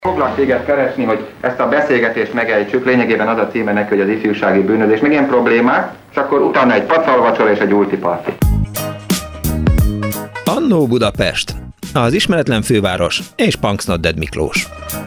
Foglak téged keresni, hogy ezt a beszélgetést megejtsük, lényegében az a címe neki, hogy az ifjúsági bűnözés, meg ilyen problémák, és akkor utána egy pacalvacsora és egy ultiparti. Annó Budapest, az ismeretlen főváros és Punks Not Dead Miklós.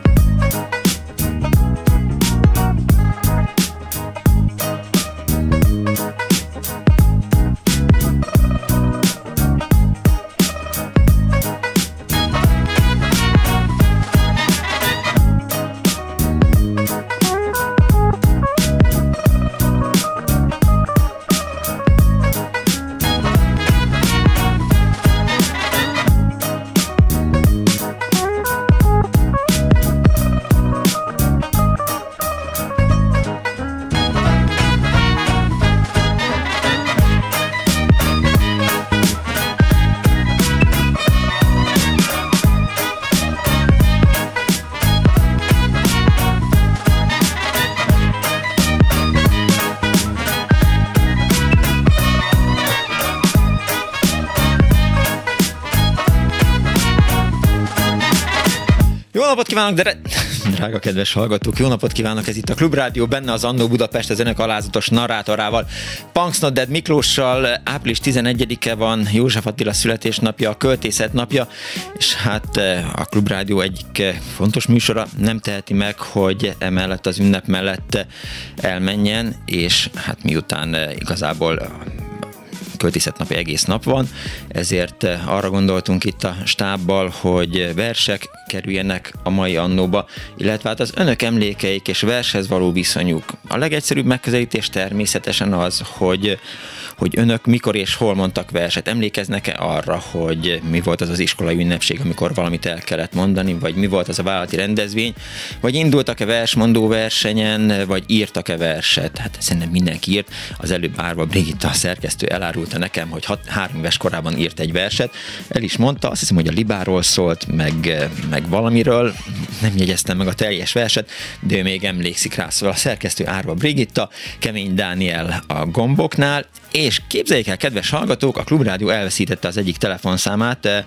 Jó napot kívánok, drága kedves hallgatók, jó napot kívánok, ez itt a Klubrádió, benne az Annó Budapest, az önök alázatos narrátorával, Punks Not Dead Miklóssal. Április 11-e van, József Attila születésnapja, a költészet napja, és hát a Klubrádió egyik fontos műsora nem teheti meg, hogy emellett az ünnep mellett elmenjen, és hát miután igazából költészetnapi egész nap van, ezért arra gondoltunk itt a stábbal, hogy versek kerüljenek a mai Annóba, illetve hát az önök emlékeik és vershez való viszonyuk. A legegyszerűbb megközelítés természetesen az, hogy önök mikor és hol mondtak verset. Emlékeznek-e arra, hogy mi volt az az iskolai ünnepség, amikor valamit el kellett mondani, vagy mi volt az a vállalati rendezvény, vagy indultak-e versmondó versenyen, vagy írtak-e verset? Hát szerintem mindenki írt. Az előbb Árva Brigitta, a szerkesztő elárulta nekem, hogy 3 éves korában írt egy verset. El is mondta, azt hiszem, hogy a libáról szólt, meg valamiről. Nem jegyeztem meg a teljes verset, de ő még emlékszik rá. Szóval a szerkesztő Árva Brigitta, Kemény Dániel a gomboknál, és képzeljék el, kedves hallgatók, a Klubrádió elveszítette az egyik telefonszámát.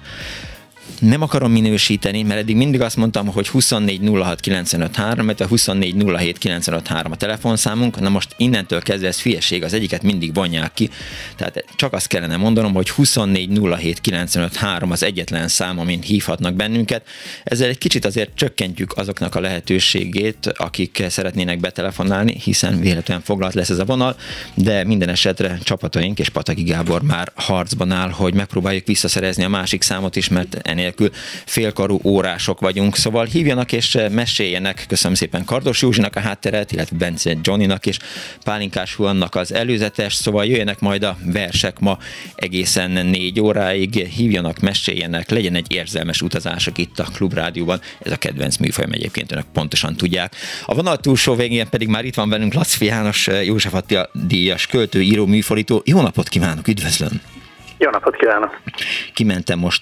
Nem akarom minősíteni, mert eddig mindig azt mondtam, hogy 24 06 95 3, mert a 24 07 95 3 a telefonszámunk. Na most innentől kezdve ez hülyeség, az egyiket mindig vonják ki. Tehát csak azt kellene mondanom, hogy 24 07 95 3 az egyetlen szám, amin hívhatnak bennünket. Ezzel egy kicsit azért csökkentjük azoknak a lehetőségét, akik szeretnének betelefonálni, hiszen véletlenül foglalt lesz ez a vonal, de minden esetre csapataink és Pataki Gábor már harcban áll, hogy megpróbáljuk visszaszerezni a másik számot is, mert enélkül félkarú órások vagyunk, szóval hívjanak és meséljenek. Köszönöm szépen Kardos Józsinak a hátteret, illetve Bence Johnnynak és Pálinkás Huannak az előzetes, szóval jöjjenek majd a versek ma egészen 4 óráig, hívjanak, meséljenek, legyen egy érzelmes utazások itt a Klubrádióban, ez a kedvenc műfajom egyébként, önök pontosan tudják. A vonal túlsó végén pedig már itt van velünk Laczfi János, József Attila díjas költő, író, műfordító. Jó napot kívánok, üdvözlöm! Jó napot kívánok! Kimentem most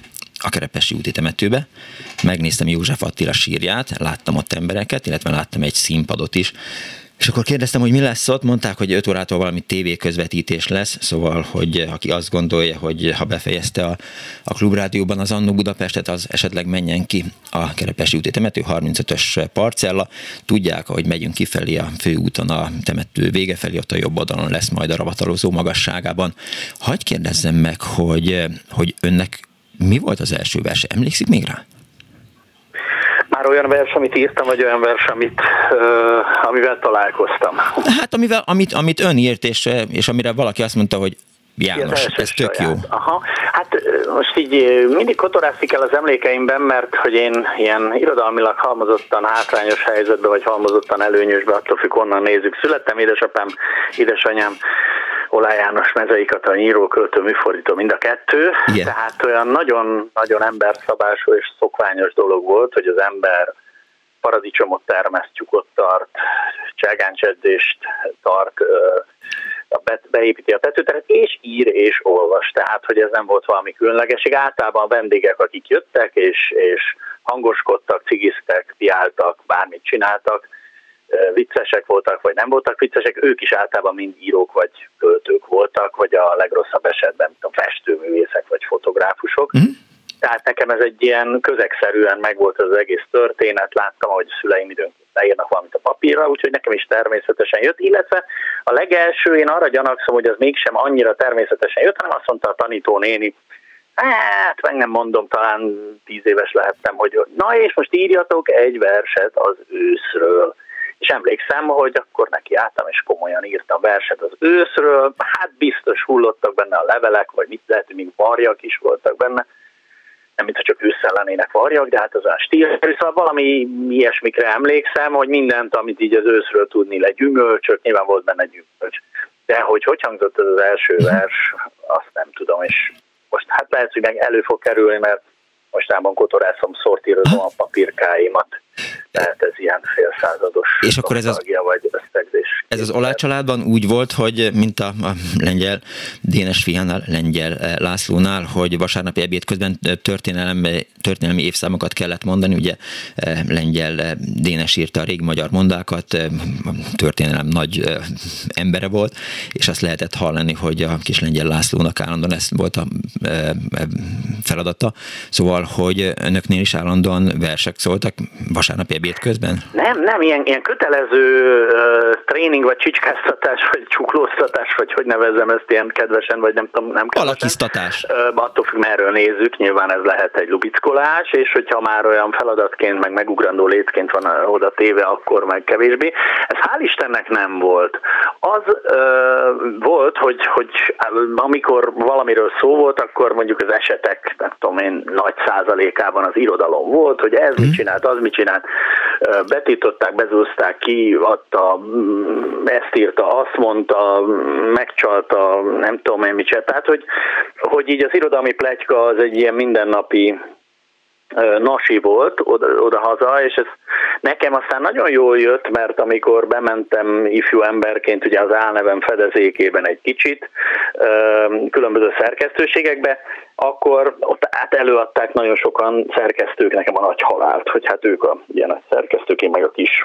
a Kerepesi úti temetőbe, megnéztem József Attila sírját, láttam ott embereket, illetve láttam egy színpadot is, és akkor kérdeztem, hogy mi lesz ott, mondták, hogy 5 órától valami tévéközvetítés lesz, szóval, hogy aki azt gondolja, hogy ha befejezte a Klubrádióban az Annó Budapestet, az esetleg menjen ki a Kerepesi úti temető, 35-ös parcella. Tudják, hogy megyünk kifelé a főúton a temető vége felé, ott a jobb oldalon lesz majd a ravatalozó magasságában. Hadd kérdezzem meg, hogy önnek mi volt az első vers? Emlékszik még rá? Már olyan vers, amit írtam, vagy olyan vers, amivel találkoztam? Hát amit ön írt, és amire valaki azt mondta, hogy János, ez tök jó. Aha. Hát most így mindig kotorászik el az emlékeimben, mert hogy én ilyen irodalmilag halmozottan hátrányos helyzetben, vagy halmozottan előnyösben, attól függ, onnan nézzük, születtem. Édesapám, édesanyám Olá János, Mezei Katalin, író, költő, műfordító, mind a kettő. Yeah. Tehát olyan nagyon emberszabású és szokványos dolog volt, hogy az ember paradicsomot termeszt, tyúkot tart, cselgáncsedést tart, beépíti a tetőteret, és ír és olvas. Tehát, hogy ez nem volt valami különlegesség. Általában a vendégek, akik jöttek, és hangoskodtak, cigiztek, piáltak, bármit csináltak, viccesek voltak, vagy nem voltak viccesek, ők is általában mind írók vagy költők voltak, vagy a legrosszabb esetben festőművészek vagy fotográfusok. Tehát nekem ez egy ilyen közegszerűen megvolt az egész történet, láttam, hogy a szüleim időnként leírnak valamit a papírra, úgyhogy nekem is természetesen jött, illetve a legelső, én arra gyanakszom, hogy az mégsem annyira természetesen jött, hanem azt mondta a tanítónéni, hát meg nem mondom, talán 10 éves lehettem, hogy na és most írjatok egy verset az őszről. És emlékszem, hogy akkor neki álltam, és komolyan írtam verset az őszről, hát biztos hullottak benne a levelek, vagy mit lehet, hogy még varjak is voltak benne, nem mintha csak ősszel lennének varjak, de hát az a stíl. Szóval valami ilyesmikre emlékszem, hogy mindent, amit így az őszről tudni, gyümölcsök, nyilván volt benne gyümölcs. De hogy hangzott ez az első vers, azt nem tudom, és most hát lehet, hogy meg elő fog kerülni, mert mostában kotorászom, szortírozom a papírkáimat. Tehát ez ilyen félszázados és akkor vagy összegzés. Ez az Oláh családban úgy volt, hogy mint a lengyel Dénes fiánál, Lengyel Lászlónál, hogy vasárnapi ebéd közben történelmi évszámokat kellett mondani, ugye Lengyel Dénes írta a régi magyar mondákat, történelem nagy embere volt, és azt lehetett hallani, hogy a kis Lengyel Lászlónak állandóan ez volt a feladata. Szóval, hogy önöknél is állandóan versek szóltak vasárnapi ebéd közben? Nem, ilyen kötelező tréning, vagy csicskáztatás, vagy csuklóztatás, vagy hogy nevezzem ezt ilyen kedvesen, vagy nem tudom, nem kedvesen. Alakiztatás. Attól függ, merről nézzük, nyilván ez lehet egy lubickolás, és hogyha már olyan feladatként, meg megugrandó létként van oda téve, akkor meg kevésbé. Ez hál' Istennek nem volt. Az volt, hogy amikor valamiről szó volt, akkor mondjuk az esetek, nem tudom én, nagy százalékában az irodalom volt, hogy ez mit csinált, az mit csinált. Betiltották, bezúzták ki, adta, ezt írta, azt mondta, megcsalta, nem tudom én mit csinált. Tehát, hogy így az irodalmi pletyka az egy ilyen mindennapi nasi volt oda-haza, és ez nekem aztán nagyon jól jött, mert amikor bementem ifjú emberként ugye az álnevem fedezékében egy kicsit különböző szerkesztőségekbe, akkor ott előadták nagyon sokan szerkesztők nekem a nagy halált, hogy hát ők ilyen nagy szerkesztők, én meg a kis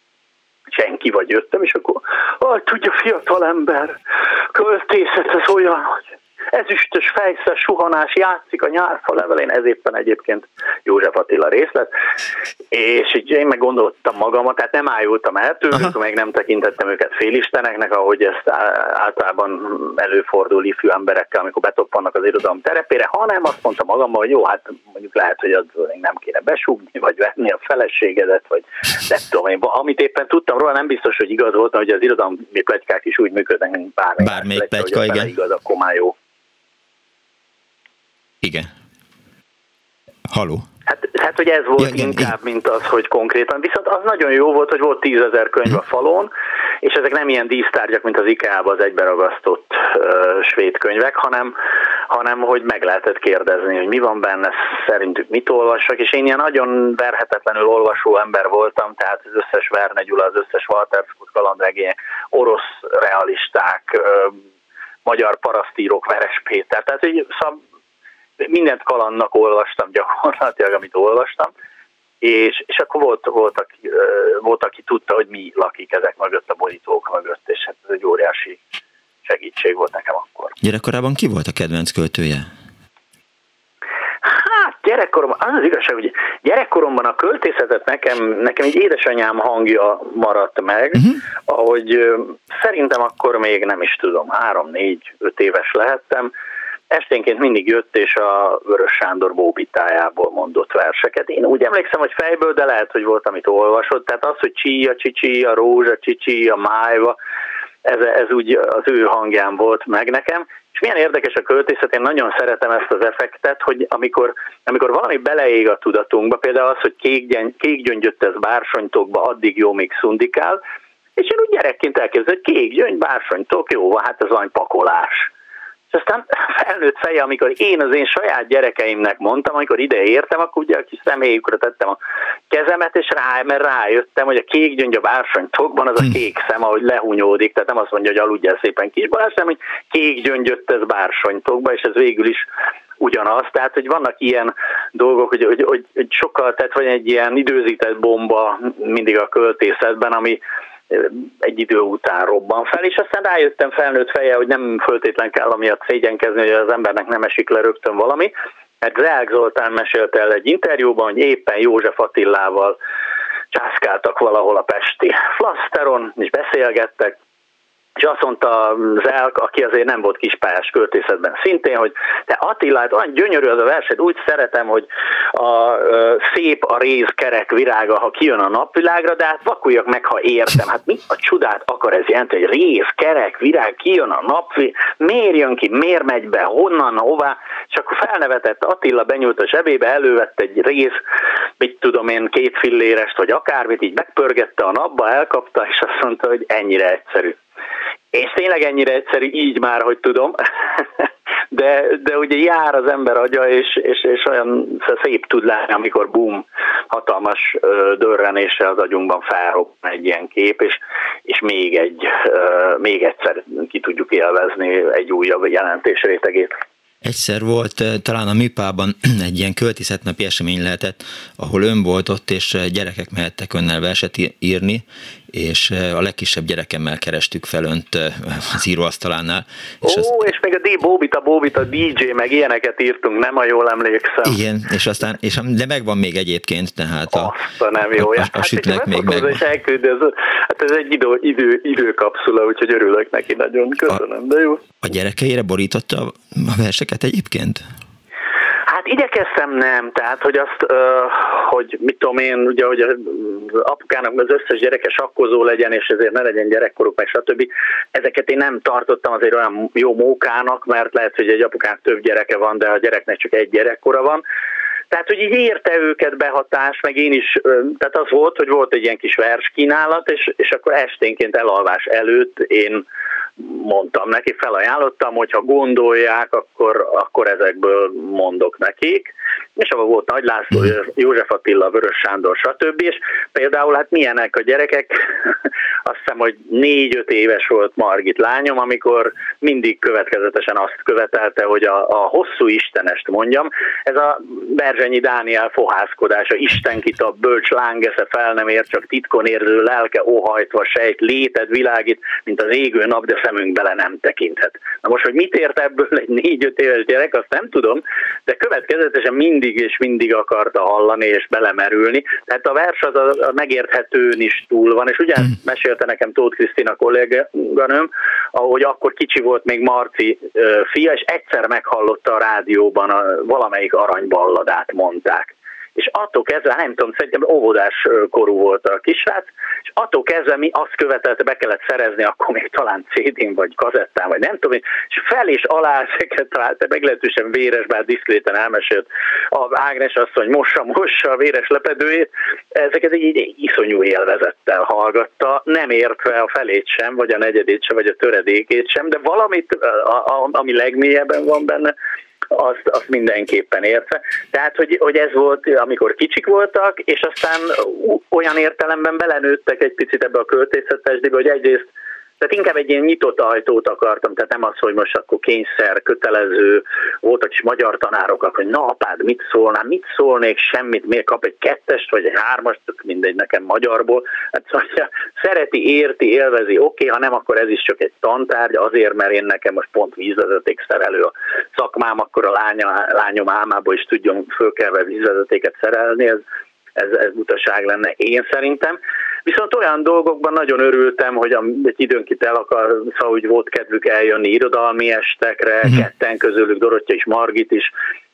senki vagy jöttem, és akkor tudja, fiatal ember, költészet, ez olyan, hogy ezüstös fejszes suhanás játszik a nyárfa levelén, ez éppen egyébként József Attila részlet, és így én meg gondoltam magamat, tehát nem ájultam el tőlük, meg nem tekintettem őket félisteneknek, ahogy ezt általában előfordul ifjú emberekkel, amikor betoppannak az irodalom terepére, hanem azt mondtam magamban, hogy jó, hát mondjuk lehet, hogy azzal nem kéne besúgni, vagy venni a feleségedet, vagy nem tudom én, amit éppen tudtam róla, nem biztos, hogy igaz volt, hogy az irodalmi pletykák is úgy működnek, mint bármelyik pletyka, igen. Igaz, akkor már jó. Igen. Halló? Hát, hogy ez volt inkább, mint az, hogy konkrétan. Viszont az nagyon jó volt, hogy volt 10 000 könyv a falon, és ezek nem ilyen dísztárgyak, mint az IKEA-ba az egyberagasztott svéd könyvek, hanem hogy meg lehetett kérdezni, hogy mi van benne, szerintük mit olvassak, és én ilyen nagyon verhetetlenül olvasó ember voltam, tehát az összes Verne Gyula, az összes Walter Scott kalandregények, orosz realisták, magyar parasztírok, Veres Péter, tehát hogy mindent kalandnak olvastam gyakorlatilag, amit olvastam, és akkor volt, aki tudta, hogy mi lakik ezek mögött, a borítók mögött, és hát ez egy óriási segítség volt nekem akkor. Gyerekkorában ki volt a kedvenc költője? Hát gyerekkoromban, az igazság, hogy gyerekkoromban a költészetet nekem egy édesanyám hangja maradt meg, ahogy szerintem akkor még nem is tudom, 3-4-5 éves lehettem, esténként mindig jött, és a Vörös Sándor bóbitájából mondott verseket. Én úgy emlékszem, hogy fejből, de lehet, hogy volt, amit olvasott. Tehát az, hogy csíja, csicsia, rózsa, csicsia, májva, ez úgy az ő hangján volt meg nekem. És milyen érdekes a költészet, én nagyon szeretem ezt az effektet, hogy amikor valami beleég a tudatunkba, például az, hogy kék gyöngyöt ez bársonytokba, addig jó, míg szundikál, és én úgy gyerekként elképzelem, hogy kék gyöngy, bársonytok, jó, hát ez valami pakolás. És aztán felnőtt feje, amikor én az én saját gyerekeimnek mondtam, amikor ide értem, akkor ugye a kis személyükre tettem a kezemet, és mert rájöttem, hogy a kék gyöngy a bársonytokban az a kék szem, ahogy lehunyódik, tehát nem azt mondja, hogy aludjál szépen kis Balázs, hanem hogy kék gyöngyöt ez bársonytokba, és ez végül is ugyanaz. Tehát, hogy vannak ilyen dolgok, hogy sokkal, tehát vagy egy ilyen időzített bomba mindig a költészetben, ami egy idő után robban fel, és aztán rájöttem felnőtt feje, hogy nem föltétlen kell amiatt szégyenkezni, hogy az embernek nem esik le rögtön valami, Mert Deák Zoltán mesélte el egy interjúban, hogy éppen József Attilával császkáltak valahol a pesti flaszteron, és beszélgettek, és azt mondta az Elk, aki azért nem volt kispályás költészetben szintén, hogy te Attila, olyan gyönyörű az a versed, úgy szeretem, hogy szép a réz kerek virága, ha kijön a napvilágra, de hát vakuljak meg, ha értem. Hát mi a csodát akar ez jelenteni, hogy réz kerek virág, kijön a napvilágra, miért jön ki, miért megy be, honnan, hová, és akkor felnevetett Attila, benyúlt a zsebébe, elővett egy réz, mit tudom én, 2 fillérest, vagy akármit, így megpörgette a napba, elkapta, és azt mondta, hogy ennyire egyszerű. És tényleg ennyire egyszerű, így már, hogy tudom, de ugye jár az ember agya, és olyan szép tud lenni, amikor bum, hatalmas dörrenéssel az agyunkban felrobban egy ilyen kép, és még egyszer ki tudjuk élvezni egy újabb jelentés rétegét. Egyszer volt talán a Műpában egy ilyen költészetnapi esemény lehetett, ahol ön volt ott, és gyerekek mehettek önnel verset írni, és a legkisebb gyerekemmel kerestük fel önt az íróasztalánál. És még a Bóbita DJ, meg ilyeneket írtunk, nem, ha jól emlékszem. Igen, de megvan még egyébként, tehát nem jó. A sütnek még megvan. Hát ez egy időkapszula, úgyhogy örülök neki nagyon, köszönöm, de jó. A gyerekeire borította a verseket egyébként? Hát igyekeztem nem, tehát hogy azt, hogy mit tudom én, ugye, hogy az apukának az összes gyereke sakkozó legyen, és ezért ne legyen gyerekkoruk, meg stb. Ezeket én nem tartottam azért olyan jó mókának, mert lehet, hogy egy apukának több gyereke van, de a gyereknek csak egy gyerekkora van. Tehát, hogy így érte őket behatás, meg én is, tehát az volt, hogy volt egy ilyen kis verskínálat, és akkor esténként elalvás előtt én mondtam neki, felajánlottam, hogy ha gondolják, akkor ezekből mondok nekik. És abban volt Nagy László, József Attila, Vörös Sándor, stb. És például hát milyenek a gyerekek, azt hiszem, hogy 4-5 éves volt Margit lányom, amikor mindig következetesen azt követelte, hogy a hosszú istenest mondjam. Ez a Berzsenyi Dániel fohászkodása, Istenkit a bölcs lángesze fel nem ér, csak titkon érző lelke óhajtva sejt, léted világít, mint az égő nap, de szemünk bele nem tekinthet. Na most, hogy mit ért ebből egy 4-5 éves gyerek, azt nem tudom, de következetesen mindig akarta hallani és belemerülni. Tehát a vers az a megérthetőn is túl van, és ugyan mesélte nekem Tóth Krisztina kolléganőm, ahogy akkor kicsi volt még Marci fia, és egyszer meghallotta a rádióban valamelyik aranyballadát mondták. És attól kezdve, nem tudom, szerintem óvodás korú volt a kisrác, és attól kezdve mi azt követelte, be kellett szerezni, akkor még talán CD-n, vagy kazettán, vagy nem tudom, és fel és alá ezeket talált, meglehetősen véres, bár diszkréten elmesélt az Ágnes asszony mossa a véres lepedőjét, ezeket egy iszonyú élvezettel hallgatta, nem értve a felét sem, vagy a negyedét sem, vagy a töredékét sem, de valamit, ami legmélyebben van benne, azt mindenképpen értve. Tehát, hogy ez volt, amikor kicsik voltak, és aztán olyan értelemben belenőttek egy picit ebbe a költészetesdébe, hogy egyrészt, tehát inkább egy ilyen nyitott ajtót akartam, tehát nem az, hogy most akkor kényszer, kötelező, voltak is magyar tanárok, hogy na apád, mit szólnék, semmit, miért kap egy 2-est, vagy egy 3-ast, mindegy nekem magyarból. Hát szóval, szereti, érti, élvezi, oké, ha nem, akkor ez is csak egy tantárgy, azért, mert én nekem most pont vízvezetékszerelő a szakmám, akkor a lányom álmából is tudjon fölkelve vízvezetéket szerelni, ez butaság lenne én szerintem. Viszont olyan dolgokban nagyon örültem, hogy egy időnként szóval úgy volt kedvük eljönni irodalmi estekre, ketten közülük, Dorottya és Margit is,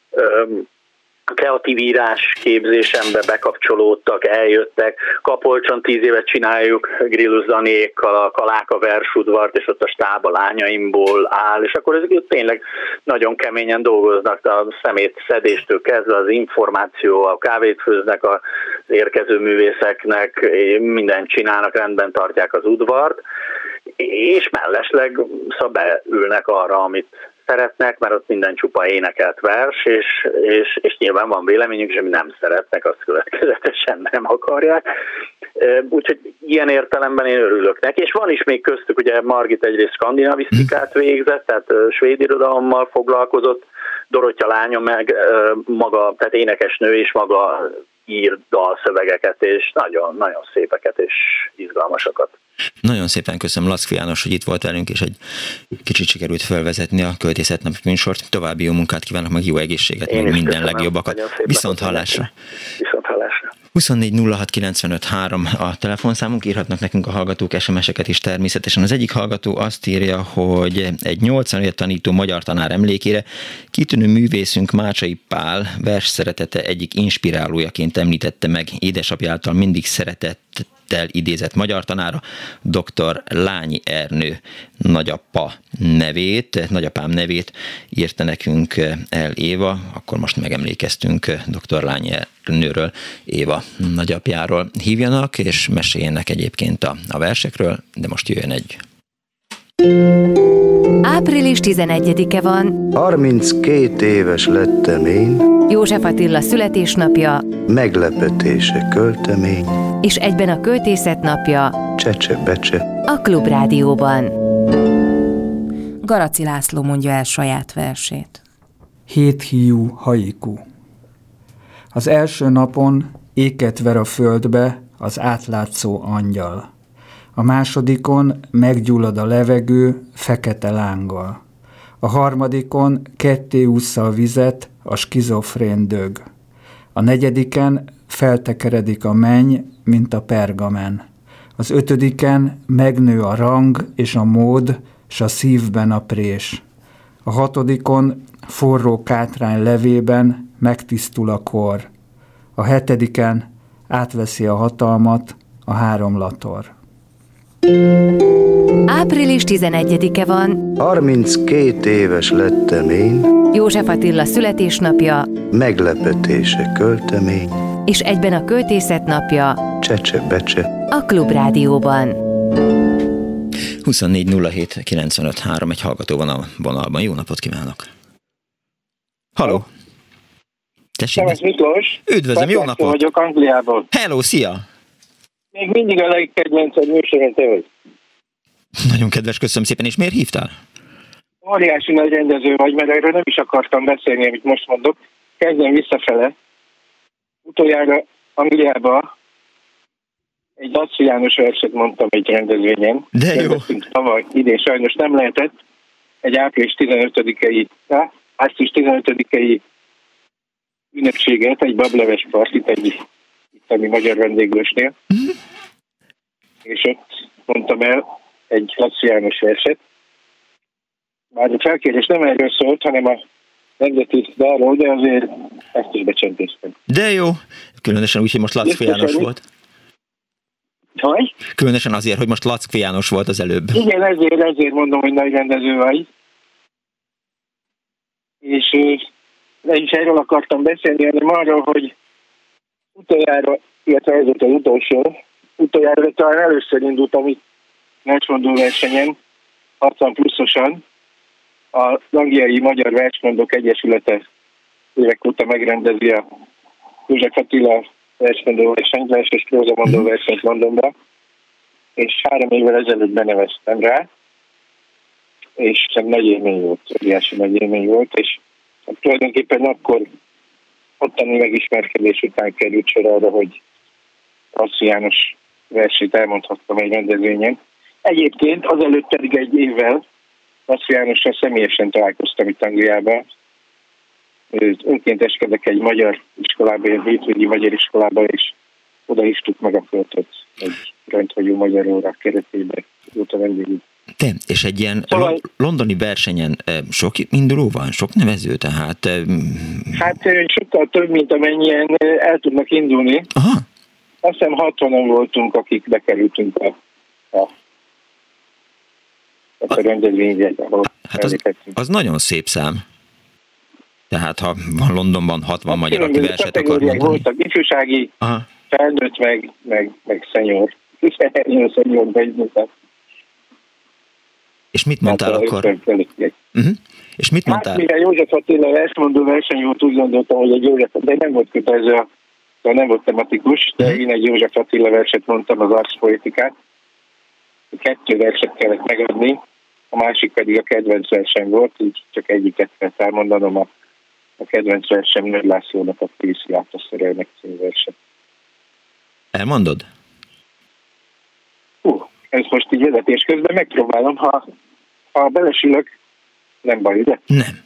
kreatív írás képzésembe bekapcsolódtak, eljöttek. Kapolcson 10 évet csináljuk Grillus Daniékkal a Kaláka versudvart, és ott a stáb a lányaimból áll, és akkor ezek tényleg nagyon keményen dolgoznak a szemét szedéstől kezdve, az információ, a kávét főznek az érkező művészeknek, mindent csinálnak, rendben tartják az udvart, és mellesleg szóval beülnek arra, amit szeretnek, mert ott minden csupa énekelt vers, és nyilván van véleményük, és ami nem szeretnek, azt következetesen nem akarják. Úgyhogy ilyen értelemben én örülök neki, és van is még köztük, ugye Margit egyrészt skandinavisztikát végzett, tehát svéd irodalommal foglalkozott, Dorottya lánya meg maga, tehát énekesnő és maga ír dalszövegeket, és nagyon szépeket és izgalmasakat. Nagyon szépen köszönöm Lackfi János, hogy itt volt velünk, és egy kicsit sikerült felvezetni a Költészetnapi műsort. További jó munkát kívánok, meg jó egészséget, meg minden legjobbakat. Viszont hallásra! 24 06 95 3 a telefonszámunk, írhatnak nekünk a hallgatók SMS-eket is természetesen. Az egyik hallgató azt írja, hogy egy 80 évet tanító magyar tanár emlékére kitűnő művészünk Mácsai Pál versszeretete egyik inspirálójaként említette meg édesapja által mindig szeretettel idézett magyar tanára, dr. Lányi Ernő nagyapám nevét írta nekünk el Éva, akkor most megemlékeztünk dr. Lányi Ernőről, Éva nagyapjáról. Hívjanak és meséljenek egyébként a versekről, de most jöjjön egy. Április 11-e van. 32 éves lettem én. József Attila születésnapja. Meglepetése költemény. És egyben a költészet napja. Csecse-becse. A Klubrádióban. Garaci László mondja el saját versét. 7 hiú haiku. Az első napon éket ver a földbe az átlátszó angyal. A másodikon meggyullad a levegő fekete lánggal. A harmadikon ketté ússza a vizet a skizofrén dög. A negyediken feltekeredik a menny, mint a pergamen. Az ötödiken megnő a rang és a mód, s a szívben a prés. A hatodikon forró kátrány levében megtisztul a kor. A hetediken átveszi a hatalmat a 3 lator. Április 11-e van. 32 éves lettem én. József Attila születésnapja. Meglepetése költemény. És egyben a költészet napja. Csecse-becse. A Klubrádióban. 24 07 95 3, egy hallgató van a vonalban. Jó napot kívánok! Halló! Tessék! Szevasz Miklós! Üdvözlöm, jó napot! Vagyok Angliából. Hello, szia! Még mindig a legkedvencebb műsorod te vagy. Nagyon kedves, köszönöm szépen, és miért hívtál? Óriási nagy rendező vagy, mert erről nem is akartam beszélni, amit most mondok. Kezdem visszafele. Utoljára Angliába egy Lackfi János verset mondtam egy rendezvényen. De jó! Tavaly, idén sajnos nem lehetett. Egy április 15-i ünnepséget, egy bableves partit, egy itteni magyar vendéglősnél. Mm-hmm. És ott mondtam el egy Lackfi János verset. Már a felkérés nem erről szólt, hanem a nemzeti dalról, de azért ezt is becsempésztem. De jó! Különösen úgy, hogy most Lackfi János volt. Hogy? Különösen azért, hogy most Lackfi János volt az előbb. Igen, ezért mondom, hogy nagy rendező vagy. És nem is erről akartam beszélni, hanem arról, hogy utoljára, illetve ez volt az utoljára, talán először indultam itt versmondó versenyen, 60 pluszosan, a Angliai Magyar Versmondók Egyesülete évek óta megrendezi a József Attila versmondó versenyt, vers és prózamondó versenyt Londonba, és 3 évvel ezelőtt beneveztem rá, és nagy élmény volt, óriási nagy élmény volt, és tulajdonképpen akkor ottani megismerkedés után került sor arra, hogy Lackfi János versét elmondhattam egy rendezvényen. Egyébként azelőtt pedig egy évvel Lackfi Jánossal személyesen találkoztam itt Angliában. Önkénteskedek egy magyar iskolába, egy hétvégi magyar iskolába, és oda hívtuk meg a költöt egy rendhagyó magyar óra keretében. Volt a vendégünk. Te, és egy ilyen londoni versenyen sok induló van, sok nevező, tehát... Hát sokkal több, mint amennyien el tudnak indulni. Aha. Azt hiszem 60-an voltunk, akik bekerültünk a rendezvényre. Hát az nagyon szép szám. Tehát ha van Londonban 60 magyar, aki verset akar mondani. Voltak ifjúsági, felnőtt, meg szenyor. Szenyor beindultak. És mit mondtál akkor? És mit mondtál? Hát mire József Attila versmondó verseny volt, úgy gondoltam, hogy egy József, de nem volt kötelező, nem volt tematikus, de én egy József Attila verset mondtam, az arszpoetikát. 2 verset kellett megadni, a másik pedig a kedvenc verseny volt, így csak egyiket kellett elmondanom a a kedvenc versem Nagy Lászlónak a Kiszi át a szerelmek című verset. Elmondod? Ez most így vezetés közben megpróbálom, ha belesülök, nem baj, ugye? Nem.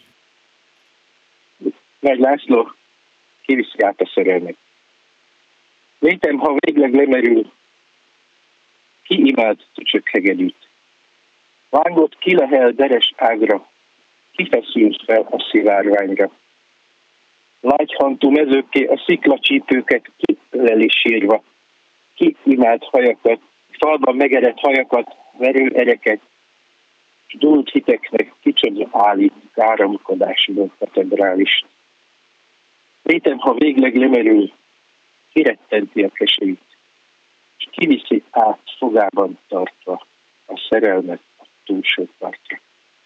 Nagy László, kiviszi át a szerelmet. Létem, ha végleg lemerül, ki imád tücsök hegedűt. Vángot kilehel deres ágra, kifeszült fel a szivárványra. Lágyhantú mezőkké a sziklacsípőket kileli sírva. Ki imád hajakat, falban megerett hajakat, verő ereket, s dúlt hiteknek kicsoda állít áramkodásból katedrálist. Létem, ha végleg lemerül, kirettenti a keseit, és kiviszi át fogában tartva a szerelmet a túlsó partra.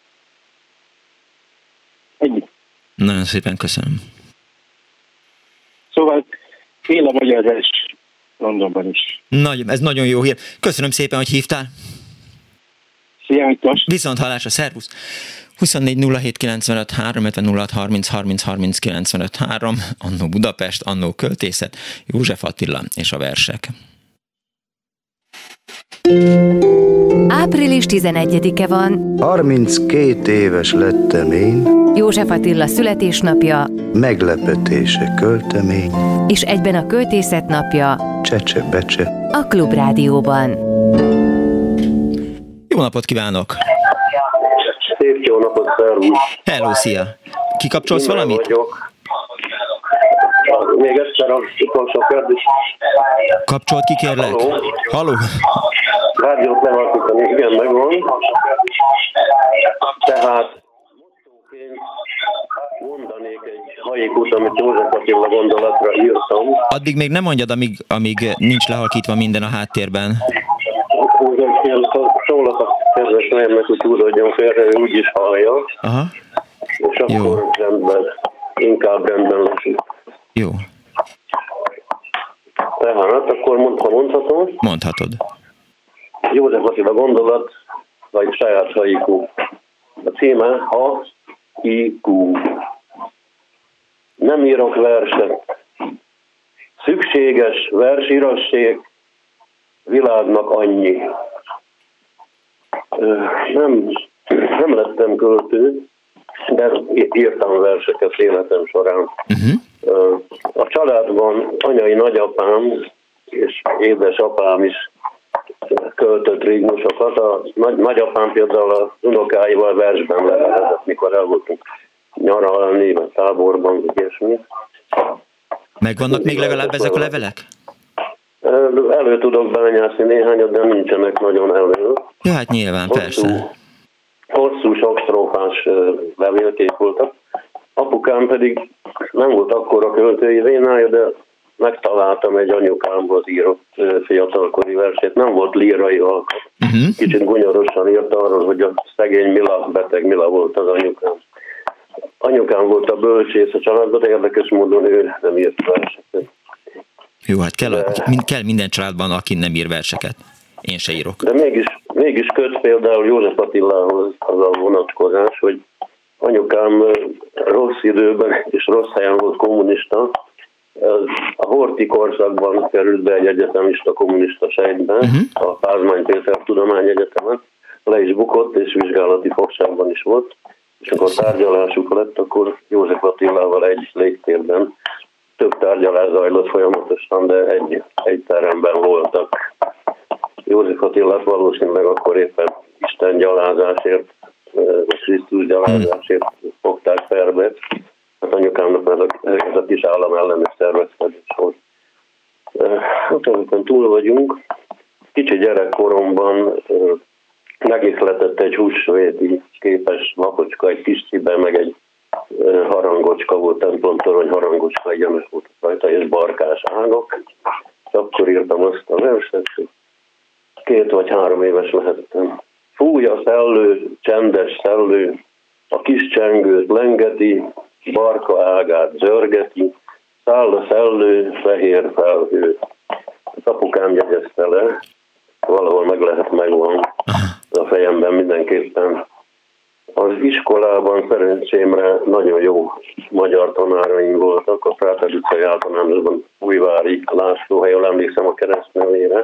Ennyi. Nagyon szépen köszönöm. Szóval él a magyar vers Londonban is. Ez nagyon jó hír. Köszönöm szépen, hogy hívtál. Szia, Miklós. Viszont hallásra, szervusz! 24 07 95 3, 06 30 30 30 95 3, annó Budapest, annó költészet, József Attila és a versek. Április 11-e van. 32 éves lettem én. József Attila születésnapja. Meglepetése költemény. És egyben a költészet napja. Csecse-becse. A Klubrádióban. Jó napot kívánok! Szép jó napot, szervusz! Hello, szia! Kikapcsolsz valamit? Vagyok. Még egyszer az utolsó kérdés. Kapcsolt ki, kérlek? Halló? Rádiót nem alkotani, igen, megvan. Tehát mondanék egy haikus, amit József Attila gondolatra írtam. Addig még nem mondjad, amíg nincs lehalkítva minden a háttérben. Úgy szólok a kedves nejemnek, hogy túlodjon félre, ő úgyis hallja. Aha. És akkor jó. Rendben, inkább rendben lesz. Jó. Tehát akkor mondhatom? Mondhatod. József Attila gondolat, vagy saját haiku. A címe haiku. Nem írok verset. Szükséges versírasság világnak annyi. Nem lettem költő, de írtam verseket életem során. A családban anyai nagyapám és édesapám is költött ritmusokat. A nagyapám például az unokáival versben lehetett, mikor el voltunk nyaralni, vagy táborban, vagy ilyesmi. Megvannak még legalább ezek a levelek? Elő tudok belenyászni néhányat, de nincsenek nagyon elő. Ja, hát nyilván, persze. Hosszú, sok strófás levélkék voltak. Apukám pedig nem volt akkora költői vénája, de megtaláltam egy anyukámhoz írott fiatalkori versét. Nem volt lírai alkat. Kicsit gunyorosan írt arról, hogy a szegény Mila, beteg Mila volt az anyukám. Anyukám volt a bölcsész a családban, de érdekes módon ő nem írt verseket. Jó, hát kell minden családban, aki nem ír verseket. Én se írok. De mégis köt például József Attilához az a vonatkozás, hogy anyukám rossz időben és rossz helyen volt kommunista. A Horthy korszakban került be egy egyetemista kommunista sejtbe, a Pázmány Péter Tudományegyetemen. Le is bukott, és vizsgálati fogságban is volt. És amikor tárgyalásuk lett, akkor József Attilával egy légtérben több tárgyalás zajlott folyamatosan, de egy teremben voltak. József Attilát valószínűleg akkor éppen Isten gyalázásért, Krisztus gyalázásért fogták perbe. Hát anyukámnak ez a kis állam ellenes szervezkedés volt. Hát amikor túl vagyunk, kicsi gyerekkoromban megihletett egy húsvéti képes lapocska, egy kis cibe, meg egy harangocska volt, templomtorony harangocska, egyenes volt rajta, és barkás ágak. És akkor írtam azt a verset, hogy 2 vagy 3 éves lehettem. Fúj a szellő, csendes szellő, a kis csengőt lengeti, barka ágát zörgeti, száll a szellő, fehér felhő. Az apukám jegyezte le, valahol meg lehet megvan a fejemben mindenképpen. Az iskolában szerencsémre nagyon jó magyar tanáraim voltak, a Práter utcai általánosban Újvári László, ha jól emlékszem a keresztnevére,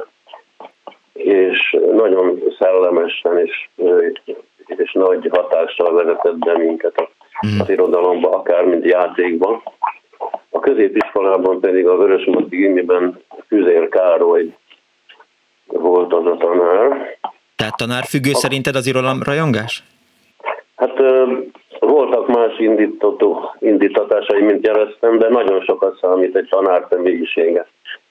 és nagyon szellemesen és nagy hatással vezetett be minket az irodalomba, akár mint játékban. A középiskolában pedig a Vörösmarty Gimiben Füzér Károly volt az a tanár. Tehát tanárfüggő szerinted az irodalomrajongás? Hát voltak más indítatásai, mint jeleztem, de nagyon sokat számít egy tanár személyisége.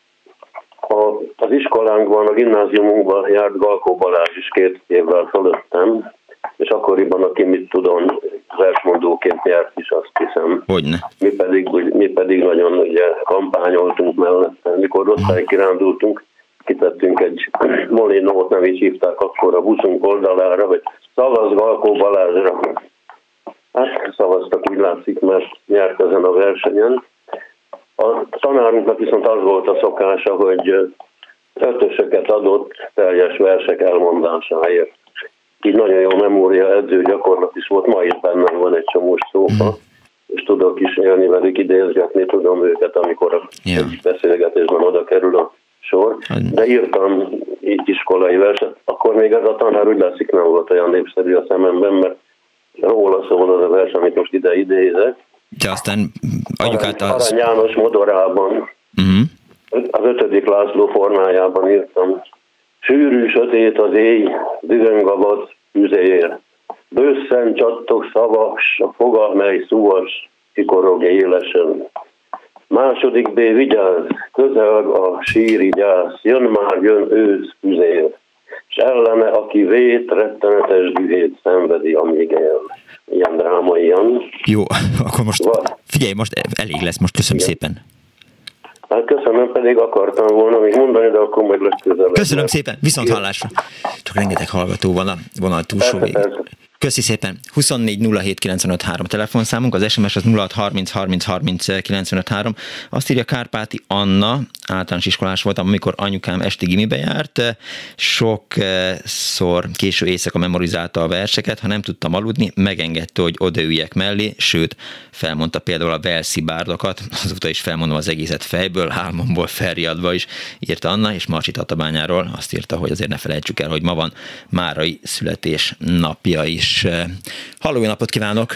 Az iskolánkban, a gimnáziumunkban járt Galkó Balázs is 2 évvel fölöttem, és akkoriban a Ki mit tudom versmondóként nyert is, azt hiszem. Hogyne. Mi pedig nagyon ugye kampányoltunk mellette. Mikor osztály kirándultunk, kitettünk egy Molinót, nem is hívták akkor a buszunk oldalára, hogy szavazz Galkó Balázsra. Hát szavaztak, úgy látszik, mert nyert ezen a versenyen. A tanárunknak viszont az volt a szokása, hogy 5-ösöket adott teljes versek elmondásáért. Így nagyon jó memória edző gyakorlat is volt, ma is bennem van egy csomós szófa, és tudok is élni velük, idézgetni tudom őket, amikor egy beszélgetésben oda kerül a sor. De írtam így iskolai verset, akkor még ez a tanár úgy látszik nem volt olyan népszerű a szememben, mert róla szól az a vers, amit most ide idézek. De aztán adjuk át az... Arany János modorában, az 5. László formájában írtam. Sűrű, sötét az éj, dühöng a vad üzér. Bősszen csattog szavas, a foga, mely szúvas, kikorog élesen. Második B, vigyázz, közel a síri gyász, jön ősz üzér. S ellene, aki vét, rettenetes dühét szenvedi, amíg él. Ilyen drámaian. Jó, akkor most figyelj, most elég lesz, most köszönöm szépen. Hát köszönöm, pedig akartam volna még mondani, de akkor majd legközelebb. Köszönöm szépen, viszont hallásra. Csak rengeteg hallgató van a vonal túlsó végén. Köszi szépen. 24 07 95 3 telefonszámunk, az SMS az 06 30 30 30 95 3. Azt írja Kárpáti Anna, általános iskolás voltam, amikor anyukám esti gimibe járt, sokszor késő éjszaka memorizálta a verseket, ha nem tudtam aludni, megengedte, hogy odaüljek mellé, sőt, felmondta például a Velszi bárdokat, azóta is felmondom az egészet fejből, álmomból felriadva is, írta Anna, és Marcsi Tatabányáról azt írta, hogy azért ne felejtsük el, hogy ma van Márai születésnapja is. Halló, jó napot kívánok!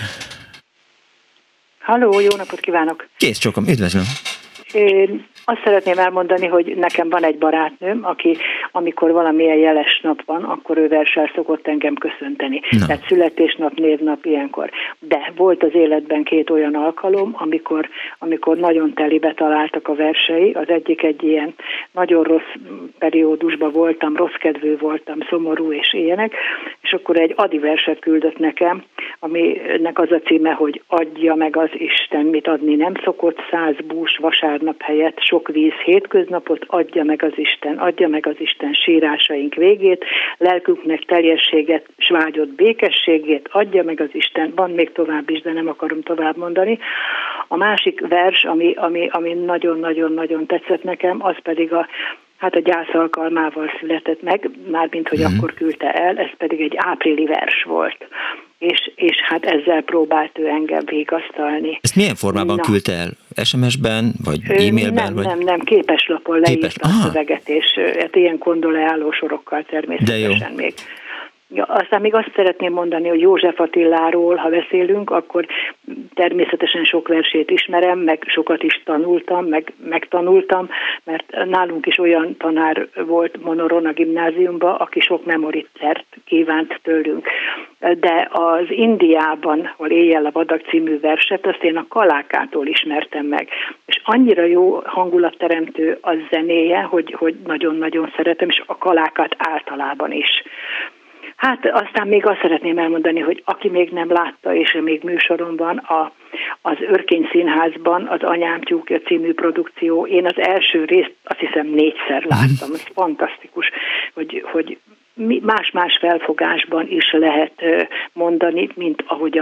Halló, jó napot kívánok! Kész csókom, üdvözlöm! Én azt szeretném elmondani, hogy nekem van egy barátnőm, aki amikor valamilyen jeles nap van, akkor ő verssel szokott engem köszönteni. Na. Tehát születésnap, névnap, ilyenkor. De volt az életben 2 olyan alkalom, amikor nagyon telibe találtak a versei. Az egyik egy ilyen nagyon rossz periódusban voltam, rossz kedvű voltam, szomorú és ilyenek, és akkor egy Adi verset küldött nekem, aminek az a címe, hogy adja meg az Isten, mit adni nem szokott, 100 bús vasárnap helyett, sok víz hétköznapot, adja meg az Isten sírásaink végét, lelkünknek teljességet, s vágyott békességét, adja meg az Isten, van még tovább is, de nem akarom tovább mondani. A másik vers, ami nagyon-nagyon-nagyon tetszett nekem, az pedig a gyász alkalmával született meg, mármint, hogy akkor küldte el, ez pedig egy áprili vers volt. És hát ezzel próbált ő engem vigasztalni. Ezt milyen formában küldte el? SMS-ben, vagy e-mailben? Nem, képeslapon leírta a szöveget, és hát ilyen kondoleáló sorokkal természetesen még. Ja, aztán még azt szeretném mondani, hogy József Attiláról, ha beszélünk, akkor természetesen sok versét ismerem, meg sokat is tanultam, megtanultam, mert nálunk is olyan tanár volt Monoron a gimnáziumban, aki sok memoritert kívánt tőlünk. De az Indiában, ahol Éjjel a vadak című verset, azt én a Kalákától ismertem meg. És annyira jó hangulatteremtő az zenéje, hogy nagyon-nagyon szeretem, és a Kalákát általában is. Hát aztán még azt szeretném elmondani, hogy aki még nem látta, és még műsoron van, az Örkény Színházban az Anyám tyúkja című produkció, én az első részt azt hiszem 4-szer láttam. Ez fantasztikus, hogy más-más felfogásban is lehet mondani, mint ahogyan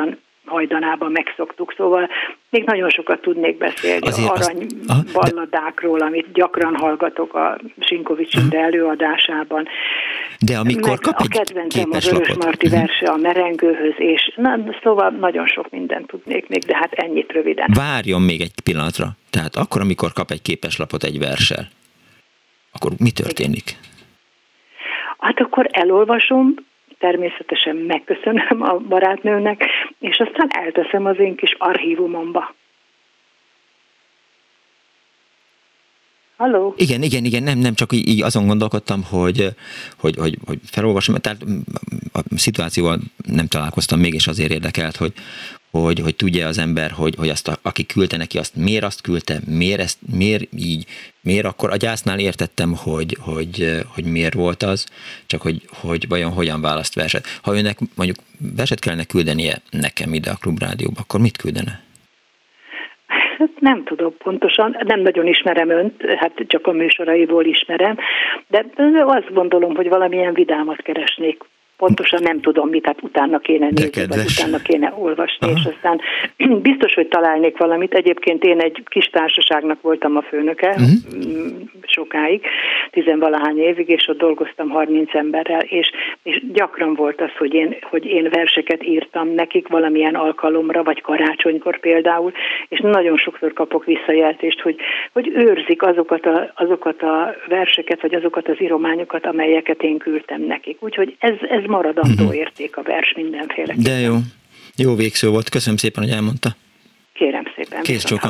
hajdanában megszoktuk, szóval még nagyon sokat tudnék beszélni aranyballadákról, amit gyakran hallgatok a Sinkovics Imre előadásában. De amikor kap egy kedvencem a Vörös Marti verse a Merengőhöz, és szóval nagyon sok mindent tudnék még, de hát ennyit röviden. Várjon még egy pillanatra. Tehát akkor, amikor kap egy képeslapot egy verssel, akkor mi történik? Hát akkor elolvasom, természetesen megköszönöm a barátnőnek, és aztán elteszem az én kis archívumomba. Halló? Igen, nem csak így azon gondolkodtam, hogy felolvasom, tehát a szituációval nem találkoztam még, és azért érdekelt, hogy tudja az ember, hogy azt, aki küldte neki, azt küldte, miért így, miért akkor a gyásznál értettem, hogy miért volt az, csak hogy vajon hogyan választ verset. Ha önnek mondjuk verset kellene küldenie nekem ide a Klubrádióba, akkor mit küldene? Nem tudom pontosan, nem nagyon ismerem önt, hát csak a műsoraiból ismerem, de azt gondolom, hogy valamilyen vidámat keresnék. Pontosan nem tudom mit, hát utána kéne nézni, vagy utána kéne olvasni, és aztán biztos, hogy találnék valamit. Egyébként én egy kis társaságnak voltam a főnöke sokáig, 10-valahány évig, és ott dolgoztam 30 emberrel, és gyakran volt az, hogy én verseket írtam nekik valamilyen alkalomra, vagy karácsonykor például, és nagyon sokszor kapok visszajelzést, hogy őrzik azokat a verseket, vagy azokat az írományokat, amelyeket én küldtem nekik. Úgyhogy ez maradandó érték a vers mindenféle. De jó végszó volt. Köszönöm szépen, hogy elmondta. Kérem szépen. Kész csókom.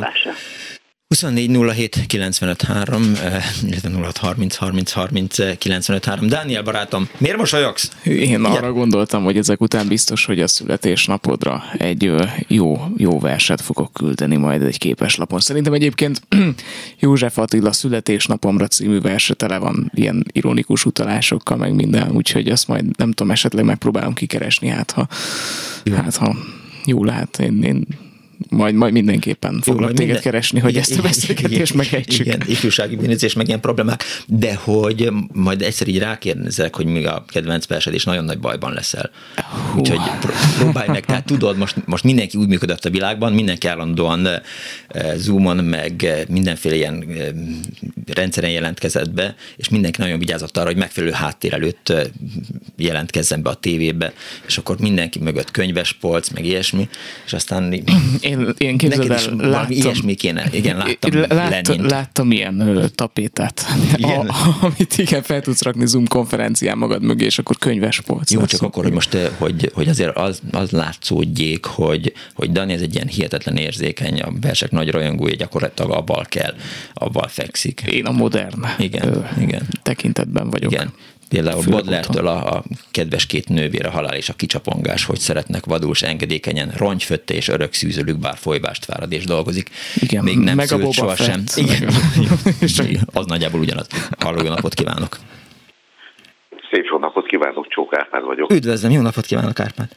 24 07 95 3, 06 30 30 30 95 3. Dániel barátom, miért mosolyogsz? Én arra gondoltam, hogy ezek után biztos, hogy a születésnapodra egy jó verset fogok küldeni majd egy képeslapon. Szerintem egyébként József Attila Születésnapomra című verse tele van ilyen ironikus utalásokkal, meg minden, úgyhogy azt majd nem tudom, esetleg megpróbálom kikeresni, hát ha jó lehet, én majd mindenképpen foglak téged keresni, hogy ezt a beszélgetést megejtsük. Igen, ifjúsági bűnözés, meg ilyen problémák, de hogy majd egyszer így rákérdezek, hogy még a kedvenc versed, és nagyon nagy bajban leszel. Úgyhogy próbálj meg, tehát tudod, most mindenki úgy működött a világban, mindenki állandóan Zoomon, meg mindenféle ilyen rendszeren jelentkezett be, és mindenki nagyon vigyázott arra, hogy megfelelő háttér előtt jelentkezzen be a tévébe, és akkor mindenki mögött könyvespolc, meg ilyesmi, és aztán én képzeld el, láttam, ilyesmi kéne. Igen, láttam ilyen tapétát, amit igen, fel tudsz rakni Zoom konferencián magad mögé, és akkor könyvespolc. Jó, csak akkor, hogy most, hogy azért az látszódjék, hogy Dani ez egy ilyen hihetetlen érzékeny, a versek nagy rajongója, gyakorlatilag abban fekszik. Én a modern tekintetben vagyok. Igen. Például Baudelaire-től a kedves két nővér, a halál és a kicsapongás, hogy szeretnek vadul s engedékenyen, rongyfötte és örök szűzőlük, bár folyvást várad és dolgozik. Igen, még nem meg szült sohasem. Igen, az nagyjából ugyanaz. Halló, jó napot kívánok! Szép jó napot kívánok, Csók Árpád vagyok. Üdvözlöm, jó napot kívánok, Árpád!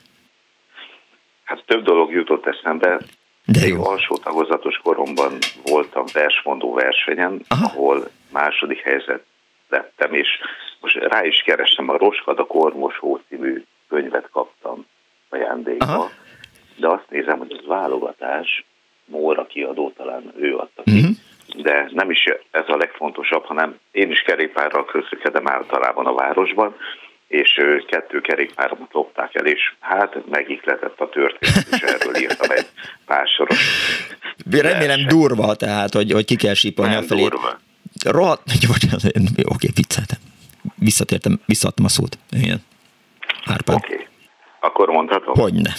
Hát több dolog jutott eszembe. De jó. Alsó tagozatos koromban voltam versmondó versenyen, ahol második helyzet lettem, és most rá is keresem, a Roskad a Kormosó című könyvet kaptam ajándékba, de azt nézem, hogy ez válogatás, Móra kiadó, talán ő adta ki, de nem is ez a legfontosabb, hanem én is kerékpárral közlekedem általában a városban, és 2 kerékpáromat lopták el, és hát megihletett a történet, és erről írtam egy pársoros. Remélem durva, tehát, hogy ki kell sípolni a felét. Durva. Rohadt, oké, vicceltem. Visszaadtam a szót. Igen. Árpád. Oké. Akkor mondhatom? Hogyne.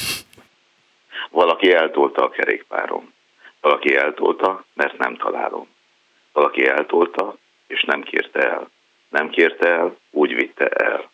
Valaki eltolta a kerékpárom. Valaki eltolta, mert nem találom. Valaki eltolta, és nem kérte el. Nem kérte el, úgy vitte el.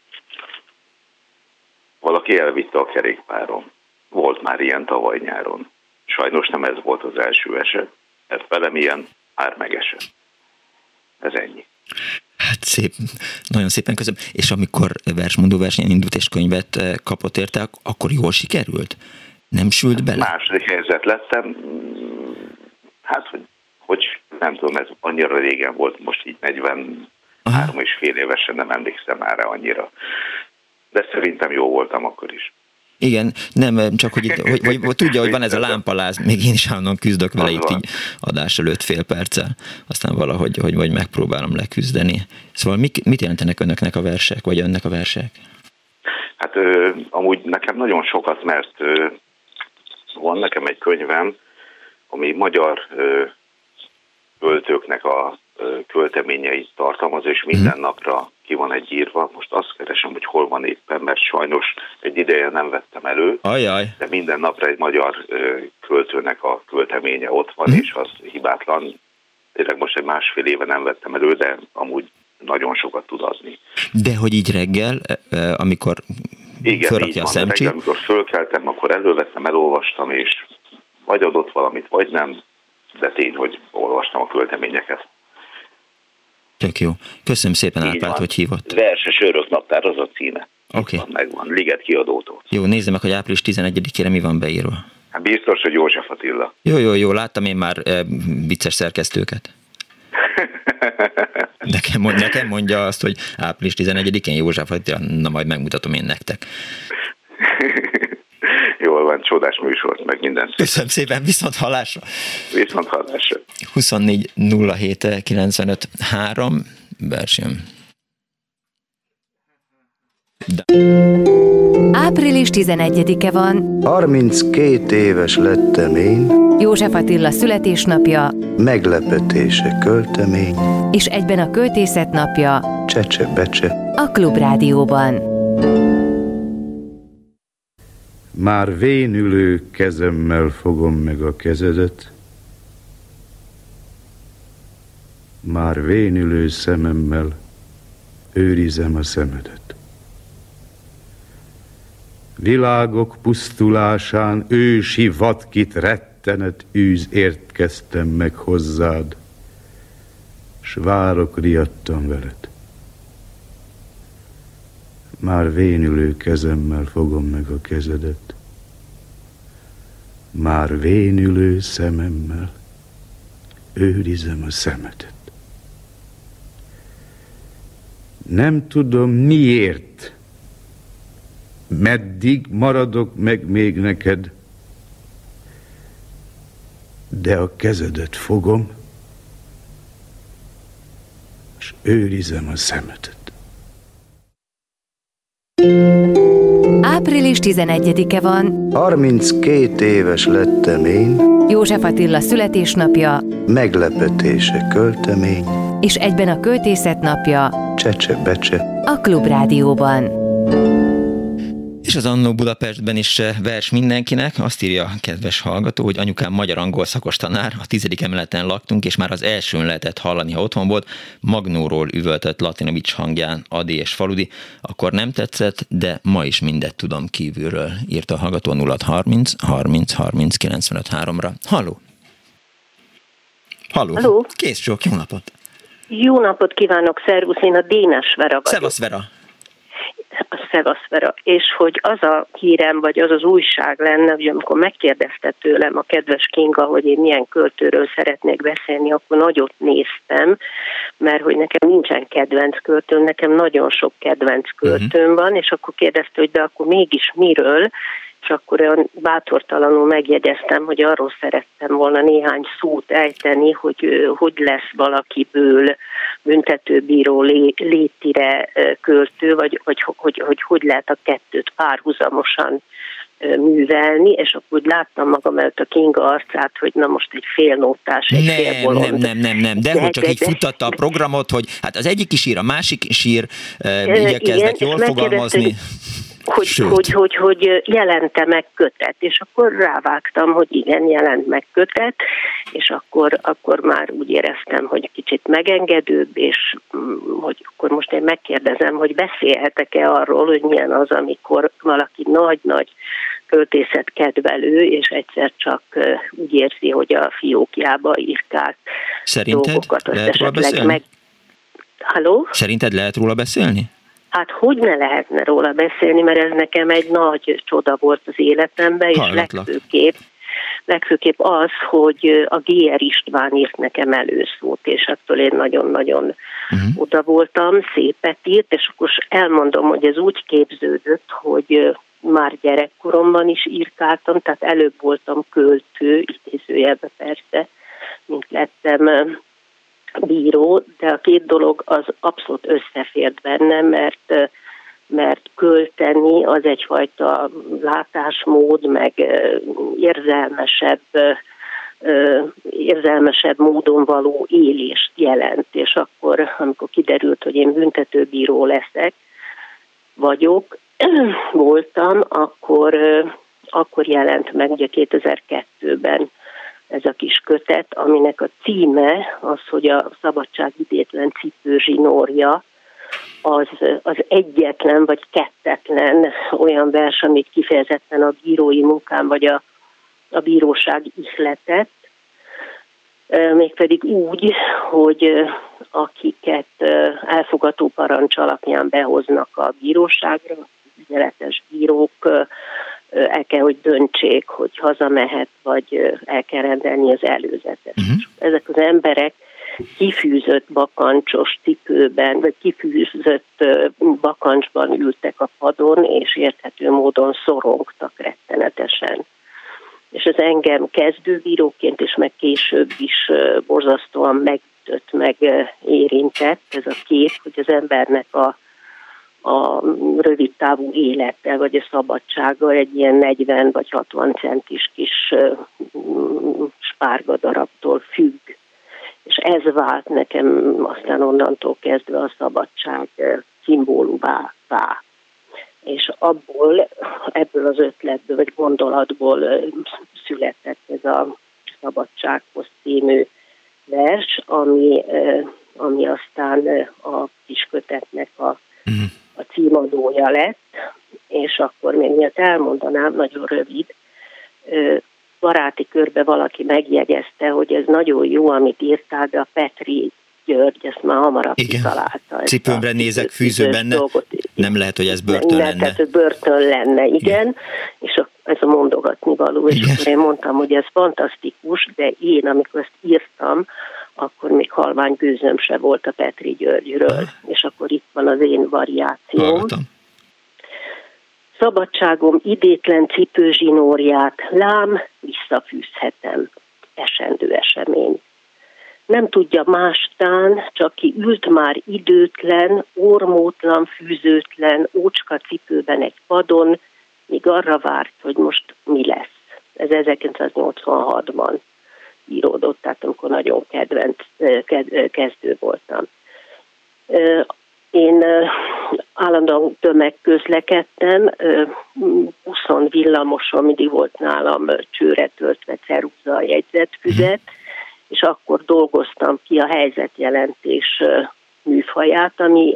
Valaki elvitte a kerékpárom. Volt már ilyen tavaly nyáron. Sajnos nem ez volt az első eset, mert velem ilyen már megesett. Ez ennyi. Hát szép, nagyon szépen köszönöm. És amikor versmondó versenyen indult és könyvet kapott érte, akkor jól sikerült? Nem sült bele? Második helyzet lettem. Hát, hogy nem tudom, ez annyira régen volt, most így 43 és fél évesen nem emlékszem már annyira. De szerintem jó voltam akkor is. Igen, nem, csak hogy tudja, hogy van ez a lámpaláz, még én is állandóan küzdök vele itt így adás előtt fél perccel, aztán valahogy vagy megpróbálom leküzdeni. Szóval mit jelentenek önöknek a versek, vagy önnek a versek? Hát amúgy nekem nagyon sokat, mert van nekem egy könyvem, ami magyar költőknek a költeményeit tartalmaz, és minden napra ki van egy írva. Most azt keresem, hogy hol van éppen, mert sajnos egy ideje nem vettem elő. Ajaj. De minden napra egy magyar költőnek a költeménye ott van, és az hibátlan. Tényleg most egy másfél éve nem vettem elő, de amúgy nagyon sokat tud adni. De hogy így reggel, amikor fölrakja a szemcsét? Reggel, amikor fölkeltem, akkor elővettem, elolvastam, és vagy adott valamit, vagy nem, de tény, hogy olvastam a költeményeket. Tök jó. Köszönöm szépen, Árpád, hogy hívott. Verses öröknaptár, az a címe. Oké. Megvan, Liget kiadótól. Jó, nézzem meg, hogy április 11-ére mi van beírva. Hát biztos, hogy József Attila. Jó, láttam én már vicces szerkesztőket. Nekem mondja azt, hogy április 11-én József Attila, na majd megmutatom én nektek. Jól van, csodás műsort, meg minden szépen. Köszönöm szépen, viszont hallásra. 24 07 95 3 versjön. Április 11-e van. 32 éves lettem én. József Attila születésnapja. Meglepetése költemény. És egyben a költészet napja. Csecse-becse. A Klubrádióban. Már vénülő kezemmel fogom meg a kezedet, már vénülő szememmel őrizem a szemedet. Világok pusztulásán ősi vadkit rettenet űz értkeztem meg hozzád, s várok riadtan veled. Már vénülő kezemmel fogom meg a kezedet, már vénülő szememmel őrizem a szemedet. Nem tudom miért, meddig maradok meg még neked, de a kezedet fogom, és őrizem a szemedet. Április 11-e van. 32 éves lettem én. József Attila születésnapja. Meglepetése költemény. És egyben a költészet napja. Csecse-becse. A Klubrádióban. És az Annó Budapestben is vers mindenkinek. Azt írja a kedves hallgató, hogy anyukám magyar-angol szakos tanár, a 10. emeleten laktunk, és már az elsőn lehetett hallani, ha otthon volt, Magnóról üvöltött Latinovics hangján Adi és Faludi. Akkor nem tetszett, de ma is mindet tudom kívülről, írta a hallgató 0630 30 30 95 3-ra. Halló! Halló! Kész sok, jó napot! Jó napot kívánok, szervusz, én a Dénes Vera vagyok. Szevasz, Vera! Szevasz, Vera. És hogy az a hírem, vagy az az újság lenne, hogy amikor megkérdezte tőlem a kedves Kinga, hogy én milyen költőről szeretnék beszélni, akkor nagyot néztem, mert hogy nekem nincsen kedvenc költőm, nekem nagyon sok kedvenc költőm van, és akkor kérdezte, hogy de akkor mégis miről, és akkor olyan bátortalanul megjegyeztem, hogy arról szerettem volna néhány szót ejteni, hogy lesz valakiből büntetőbíró létire költő, vagy hogy lehet a kettőt párhuzamosan művelni, és akkor úgy láttam magam előtt a Kinga arcát, hogy na most egy félnótás, egy félbolond. Nem, de hogy csak így futtatta a programot, hogy hát az egyik is ír, a másik is ír, igyekeznek jól fogalmazni. Hogy jelente meg kötet, és akkor rávágtam, hogy igen, jelent meg kötet, és akkor már úgy éreztem, hogy kicsit megengedőbb, és hogy akkor most én megkérdezem, hogy beszélhetek-e arról, hogy milyen az, amikor valaki nagy-nagy költészetkedvelő, és egyszer csak úgy érzi, hogy a fiókjába írkált dolgokat. Lehet róla beszélni? Halló? Szerinted lehet róla beszélni? Hát hogy ne lehetne róla beszélni, mert ez nekem egy nagy csoda volt az életemben, és legfőképp az, hogy a G.R. István írt nekem előszót, és attól én nagyon-nagyon oda voltam, szépet írt, és akkor elmondom, hogy ez úgy képződött, hogy már gyerekkoromban is írkáltam, tehát előbb voltam költő, idézőjelben persze, mint lettem bíró, de a két dolog az abszolút összefért bennem, mert költeni az egyfajta látásmód, meg érzelmesebb módon való élést jelent, és akkor, amikor kiderült, hogy én büntetőbíró voltam, akkor jelent meg ugye 2002-ben ez a kis kötet, aminek a címe az, hogy a szabadság idétlen cipőzsinórja, az egyetlen vagy kettetlen olyan vers, amit kifejezetten a bírói munkám vagy a bíróság ihletett, mégpedig úgy, hogy akiket elfogadó parancs alapján behoznak a bíróságra, ügyeletes bírók el kell, hogy döntsék, hogy hazamehet, vagy el kell rendelni az előzetes. Ezek az emberek kifűzött bakancsos cipőben, vagy kifűzött bakancsban ültek a padon, és érthető módon szorongtak rettenetesen. És ez engem kezdőbíróként, és meg később is borzasztóan megütött, meg érintett ez a kép, hogy az embernek a rövidtávú élete, vagy a szabadsága egy ilyen 40 vagy 60 centis kis spárgadarabtól függ. És ez vált nekem aztán onnantól kezdve a szabadság szimbólumává. És ebből az ötletből, vagy gondolatból született ez a Szabadsághoz című vers, ami aztán a kiskötetnek a címadója lett, és akkor még miatt elmondanám, nagyon rövid, baráti körbe valaki megjegyezte, hogy ez nagyon jó, amit írtál, de a Petri György ezt már hamarabb kitalálta. Cipőmre nézek fűzőben, nem lehet, hogy ez börtön lenne. Tehát börtön lenne, igen. És ez a mondogatni való, és akkor én mondtam, hogy ez fantasztikus, de én, amikor ezt írtam, akkor még halvány gőzöm se volt a Petri Györgyről. És akkor itt van az én variációm. Szabadságom idétlen cipőzsinórját, lám, visszafűzhetem. Esendő esemény. Nem tudja mástán, csak ki ült már időtlen, ormótlan, fűzőtlen, ócska cipőben egy padon, míg arra várt, hogy most mi lesz. Ez 1986-ban íródott, tehát amikor nagyon kezdő voltam. Én állandóan tömegközlekedtem, buszon, villamoson mindig volt nálam csőre töltve ceruza, jegyzetfüzet, és akkor dolgoztam ki a helyzetjelentés műfaját,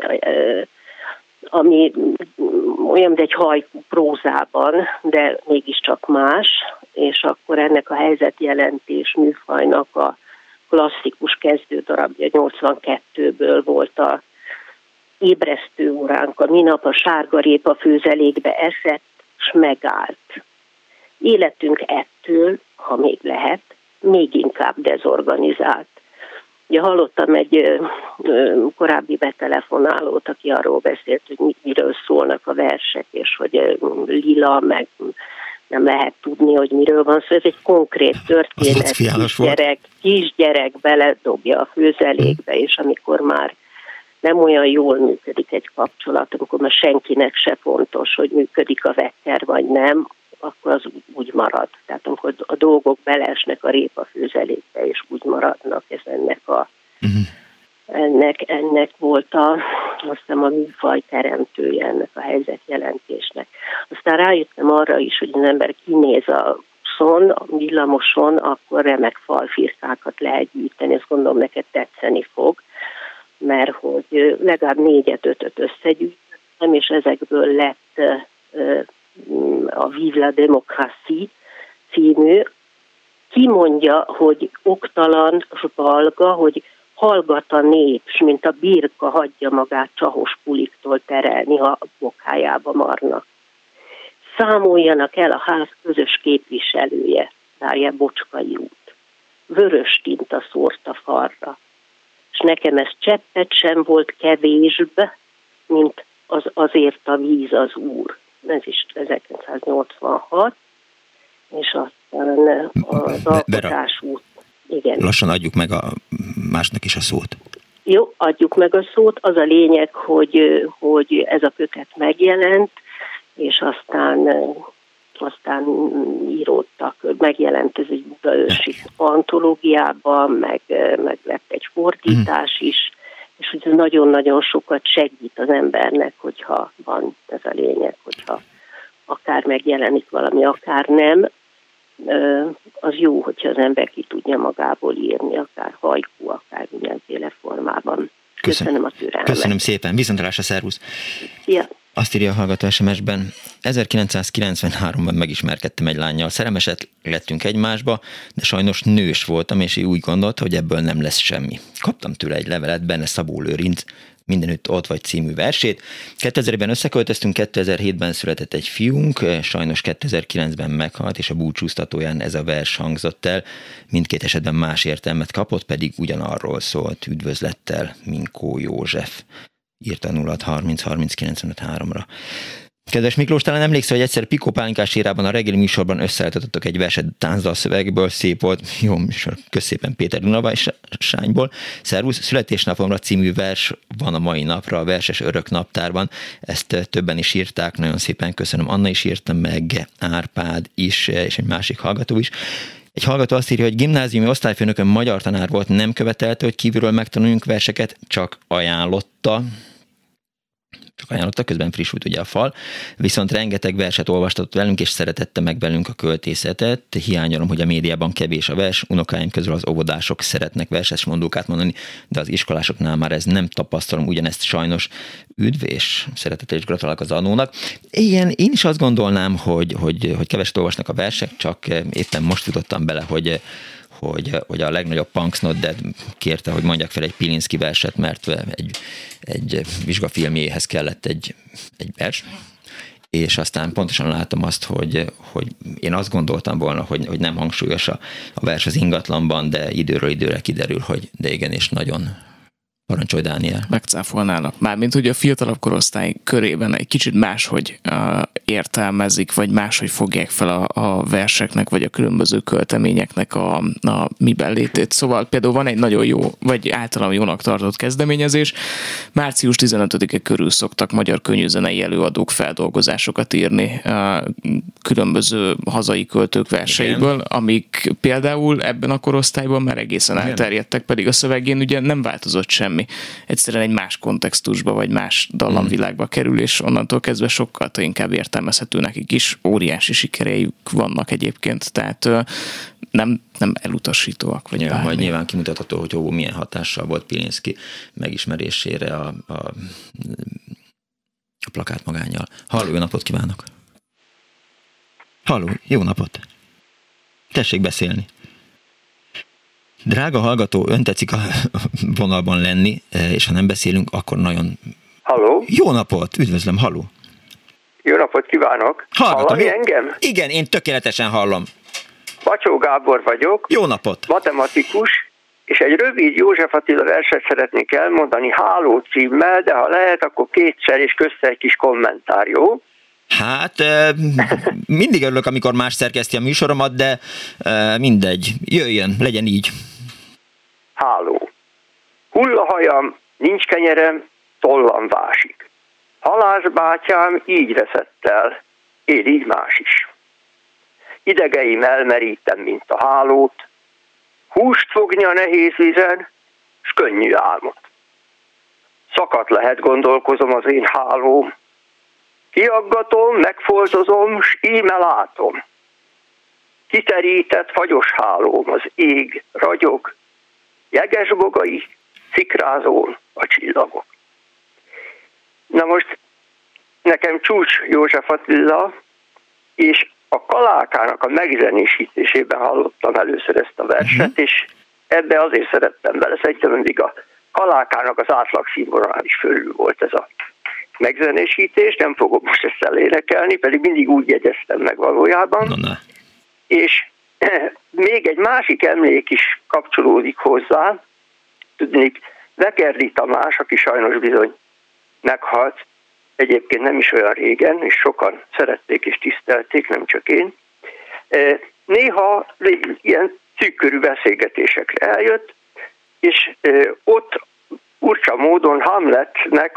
ami olyan, mint egy haiku prózában, de mégiscsak más, és akkor ennek a helyzetjelentés műfajnak a klasszikus kezdődarabja 82-ből volt a ébresztő óránk, a minap a sárgarépa főzelékbe esett, s megállt. Életünk ettől, ha még lehet, még inkább dezorganizált. Ugye hallottam egy korábbi betelefonálót, aki arról beszélt, hogy miről szólnak a versek, és hogy lila, meg nem lehet tudni, hogy miről van szó. Ez egy konkrét történet. Kisgyerek beledobja a főzelékbe, és amikor már nem olyan jól működik egy kapcsolat, amikor már senkinek se fontos, hogy működik a vekker, vagy nem, akkor az úgy marad. Tehát amikor a dolgok beleesnek a répa főzelékbe, és úgy maradnak, ez ennek volt azt hiszem a műfaj teremtője, ennek a helyzetjelentésnek. Aztán rájöttem arra is, hogy az ember kinéz a villamoson, akkor remek falfirkákat lehet gyűjteni, ezt gondolom neked tetszeni fog, mert hogy legalább 4-5 összegyűjtöttem, és ezekből lett a Vive la Démocratie című. Ki mondja, hogy oktalan, balga, hogy hallgat a nép, s mint a birka hagyja magát csahos puliktól terelni, ha bokájába marnak. Számoljanak el a ház közös képviselője, várja Bocskai út. Vörös tinta szórt a falra, és nekem ez cseppet sem volt kevésbb, mint azért a víz az úr. ez is 1986, és aztán az alkotás út. Igen. Lassan adjuk meg a másnak is a szót. Jó, adjuk meg a szót. Az a lényeg, hogy ez a kötet megjelent, és aztán íródtak, megjelent ez egy budaörsi antológiában, meg lett egy fordítás is, és hogy nagyon-nagyon sokat segít az embernek, hogyha van ez a lényeg, hogyha akár megjelenik valami, akár nem, az jó, hogyha az ember ki tudja magából írni, akár haiku, akár mindenféle formában. Köszönöm a türelmet. Köszönöm szépen. Viszontlátásra, szervusz. Ja. Azt írja a hallgató SMS-ben, 1993-ban megismerkedtem egy lánnyal, szerelmesek lettünk egymásba, de sajnos nős voltam, és úgy gondolta, hogy ebből nem lesz semmi. Kaptam tőle egy levelet, benne Szabó Lőrinc Mindenütt ott vagy című versét. 2000-ben összeköltöztünk, 2007-ben született egy fiunk, sajnos 2009-ben meghalt, és a búcsúztatóján ez a vers hangzott el. Mindkét esetben más értelmet kapott, pedig ugyanarról szólt. Üdvözlettel, Minkó József. Írta 06303953-ra. Kedves Miklós, talán emlékszel, hogy egyszer Pikó Pálinkás érában a reggeli műsorban összeállítottak egy verset táncdal szövegből, szép volt, jó műsor, köszépen Péter Dunavásányból. Szervusz, születésnapomra című vers van a mai napra a Verses Örök Naptárban, ezt többen is írták, nagyon szépen köszönöm, Anna is írta meg, Árpád is, és egy másik hallgató is. Egy hallgató azt írja, hogy gimnáziumi osztályfőnökön magyar tanár volt, nem követelte, hogy kívülről megtanuljunk verseket, csak ajánlotta, közben frissült ugye a fal, viszont rengeteg verset olvastatott velünk, és szeretette meg velünk a költészetet. Hiányolom, hogy a médiában kevés a vers, unokáim közül az óvodások szeretnek verses mondókát mondani, de az iskolásoknál már ez nem tapasztalom, ugyanezt sajnos. Üdv és szeretettel is gratulálok az Anónak. Igen, én is azt gondolnám, hogy keveset olvasnak a versek, csak éppen most jutottam bele, hogy a legnagyobb Punksnod Dead kérte, hogy mondjak fel egy Pilinszky verset, mert egy vizsgafilmjéhez kellett egy vers, és aztán pontosan látom azt, hogy én azt gondoltam volna, hogy nem hangsúlyos a vers az ingatlanban, de időről időre kiderül, hogy de igenis nagyon. Parancsolj, Dániel. Megcáfolnának. Mármint, hogy a fiatalabb korosztály körében egy kicsit máshogy értelmezik, vagy máshogy fogják fel a verseknek, vagy a különböző költeményeknek a miben létét. Szóval például van egy nagyon jó, vagy általam jónak tartott kezdeményezés. Március 15-e körül szoktak magyar könnyűzenei előadók feldolgozásokat írni különböző hazai költők verseiből, amik például ebben a korosztályban már egészen elterjedtek, pedig a szövegén ugye nem változott semmi. Egyszerűen egy más kontextusba, vagy más dallamvilágba kerül, és onnantól kezdve sokkal inkább értelmezhető nekik is. Óriási sikereik vannak egyébként, tehát nem elutasítóak. Vagy ja, majd nyilván kimutatható, hogy milyen hatással volt Pilinszky megismerésére a plakát magánnyal. Halló, jó napot kívánok! Halló, jó napot! Tessék beszélni! Drága hallgató, ön tetszik a vonalban lenni, és ha nem beszélünk, akkor nagyon... Halló? Jó napot, üdvözlöm, halló! Jó napot kívánok! Hallani engem? Igen, én tökéletesen hallom. Bacsó Gábor vagyok. Jó napot! Matematikus, és egy rövid József Attila verset szeretnék elmondani Háló címmel, de ha lehet, akkor kétszer és közt egy kis kommentár, jó? Hát, mindig örülök, amikor más szerkeszti a műsoromat, de mindegy. Jöjjön, legyen így. Háló. Hull a hajam, nincs kenyerem, tollam vásik. Halászbátyám így veszett el, én így más is. Idegeim elmerítem, mint a hálót, húst fogni a nehéz vizen, s könnyű álmot. Szakat lehet, gondolkozom, az én hálóm. Kiaggatom, megfoltozom, s íme látom. Kiterített fagyos hálóm, az ég ragyog, jegesbogai szikrázón a csillagok. Na most nekem csúcs József Attila, és a Kalákának a megzenésítésében hallottam először ezt a verset, és ebbe azért szerettem bele. Szerintem mindig a Kalákának az átlag színvonalán is fölül volt ez a megzenésítés, nem fogom most ezt elénekelni, pedig mindig úgy jegyeztem meg valójában. És még egy másik emlék is kapcsolódik hozzá. Tudnék, Vekerdi Tamás, aki sajnos bizony meghalt, egyébként nem is olyan régen, és sokan szerették és tisztelték, nem csak én, néha ilyen szűkkörű beszélgetésekre eljött, és ott furcsa módon Hamletnek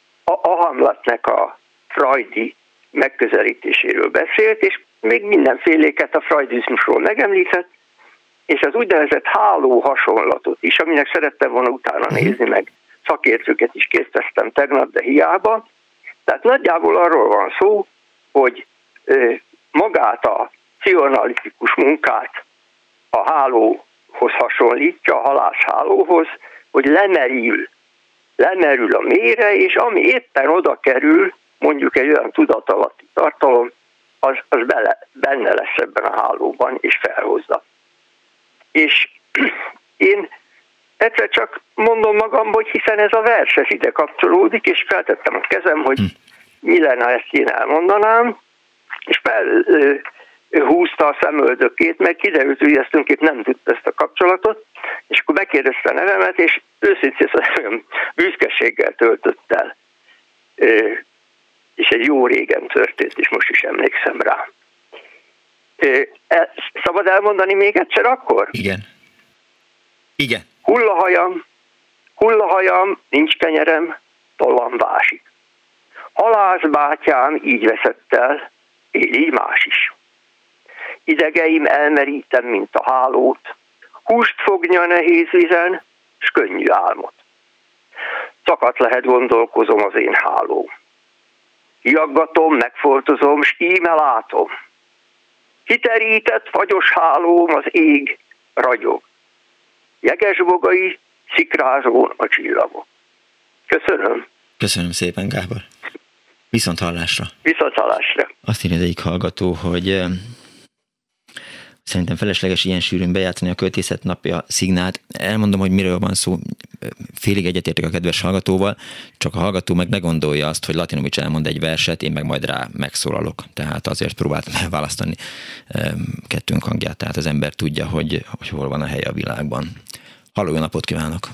a freudi megközelítéséről beszélt, és még mindenféléket a freudizmusról megemlített, és az úgynevezett háló hasonlatot is, aminek szerettem volna utána nézni, meg szakértőket is kérdeztem tegnap, de hiába. Tehát nagyjából arról van szó, hogy magát a pszichoanalitikus munkát a hálóhoz hasonlítja, a halászhálóhoz, hogy lemerül a mélyre, és ami éppen oda kerül, mondjuk egy olyan tudatalatti tartalom, az benne lesz ebben a hálóban, és felhozza. És én egyszer csak mondom magamban, hogy hiszen ez a vers, ez ide kapcsolódik, és feltettem a kezem, hogy mi lenne, ezt én elmondanám, és felhúzta a szemöldökét, meg kiderült, hogy ezt tulajdonképp nem tudta ezt a kapcsolatot, és akkor megkérdezte a nevemet, és őszintén olyan büszkeséggel töltött el. És egy jó régen történt, és most is emlékszem rá. Szabad elmondani még egyszer akkor? Igen. Igen. Hullahajam, nincs kenyerem, tollam vásik. Halászbátyám így veszett el, él így más is. Idegeim elmerítem, mint a hálót, húst fognya nehéz vizen, s könnyű álmot. Szakat lehet gondolkozom az én hálóm. Jaggatom, megfoltozom, s íme látom. Kiterített fagyos hálóm az ég ragyog. Jegesbogai szikrázón a csillagok. Köszönöm. Köszönöm szépen, Gábor. Viszont hallásra. Viszont hallásra. Azt írja az egyik hallgató, hogy szerintem felesleges ilyen sűrűn bejátszani a Költészet napja szignált. Elmondom, hogy miről van szó. Félig egyetértek a kedves hallgatóval, csak a hallgató meg ne gondolja azt, hogy Latinovics elmond egy verset, én meg majd rá megszólalok. Tehát azért próbáltam elválasztani kettőnk hangját, tehát az ember tudja, hogy hol van a helye a világban. Halló, jó napot kívánok!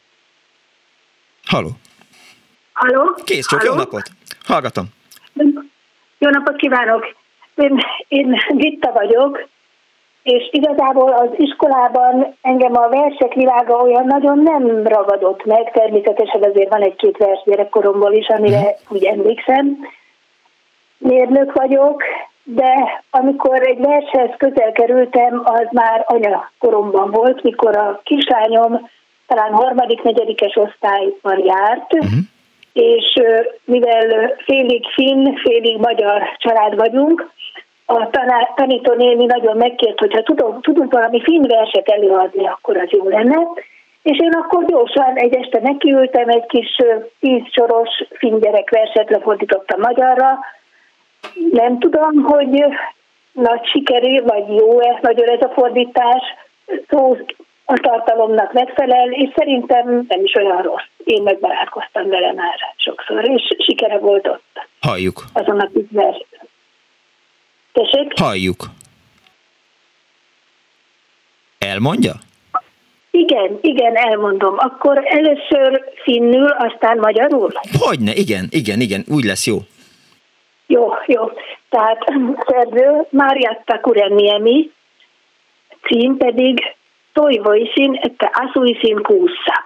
Halló! Halló? Kész, csak jó napot! Hallgatom! Jó napot kívánok! Én Gitta vagyok, és igazából az iskolában engem a versek világa olyan nagyon nem ragadott meg, természetesen azért van egy-két vers gyerekkoromból is, amire úgy emlékszem. Mérnök vagyok, de amikor egy vershez közel kerültem, az már anyakoromban volt, mikor a kislányom talán 3.-4. osztályban járt, és mivel félig finn, félig magyar család vagyunk, a tanítónéni nagyon megkért, hogyha tudunk valami finn verset előadni, akkor az jó lenne. És én akkor gyorsan egy este nekiültem, egy kis 10 soros finn gyerekverset lefordítottam magyarra. Nem tudom, hogy nagy sikerű, vagy jó-e nagyon ez a fordítás, szó a tartalomnak megfelel, és szerintem nem is olyan rossz. Én megbarátkoztam vele már sokszor, és sikere volt ott. Halljuk. Azon a kis vers. Tessék? Halljuk. Elmondja? Igen, elmondom. Akkor először finnül, aztán magyarul? Hogyne, igen, úgy lesz jó. Jó. Tehát szerző Marjatta Kureniemi, cím pedig Toivoisin, että asuisin kuussa.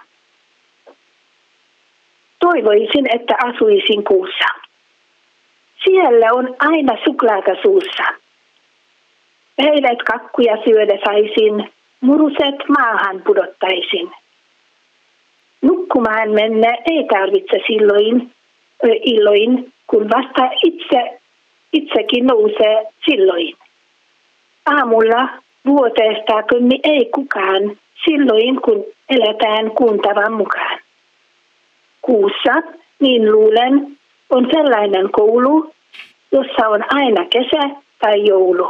Toivoisin, että asuisin kuussa. Siellä on aina suklaata suussa. Päivät kakkuja syödä saisin, muruset maahan pudottaisin. Nukkumaan mennä ei tarvitse illoin, kun vasta itsekin nousee silloin. Aamulla vuoteesta kunni ei kukaan, silloin kun eletään kuuntavan mukaan. Kuussa, niin luulen, on sellainen koulu, jossa on aina kesä tai joulu.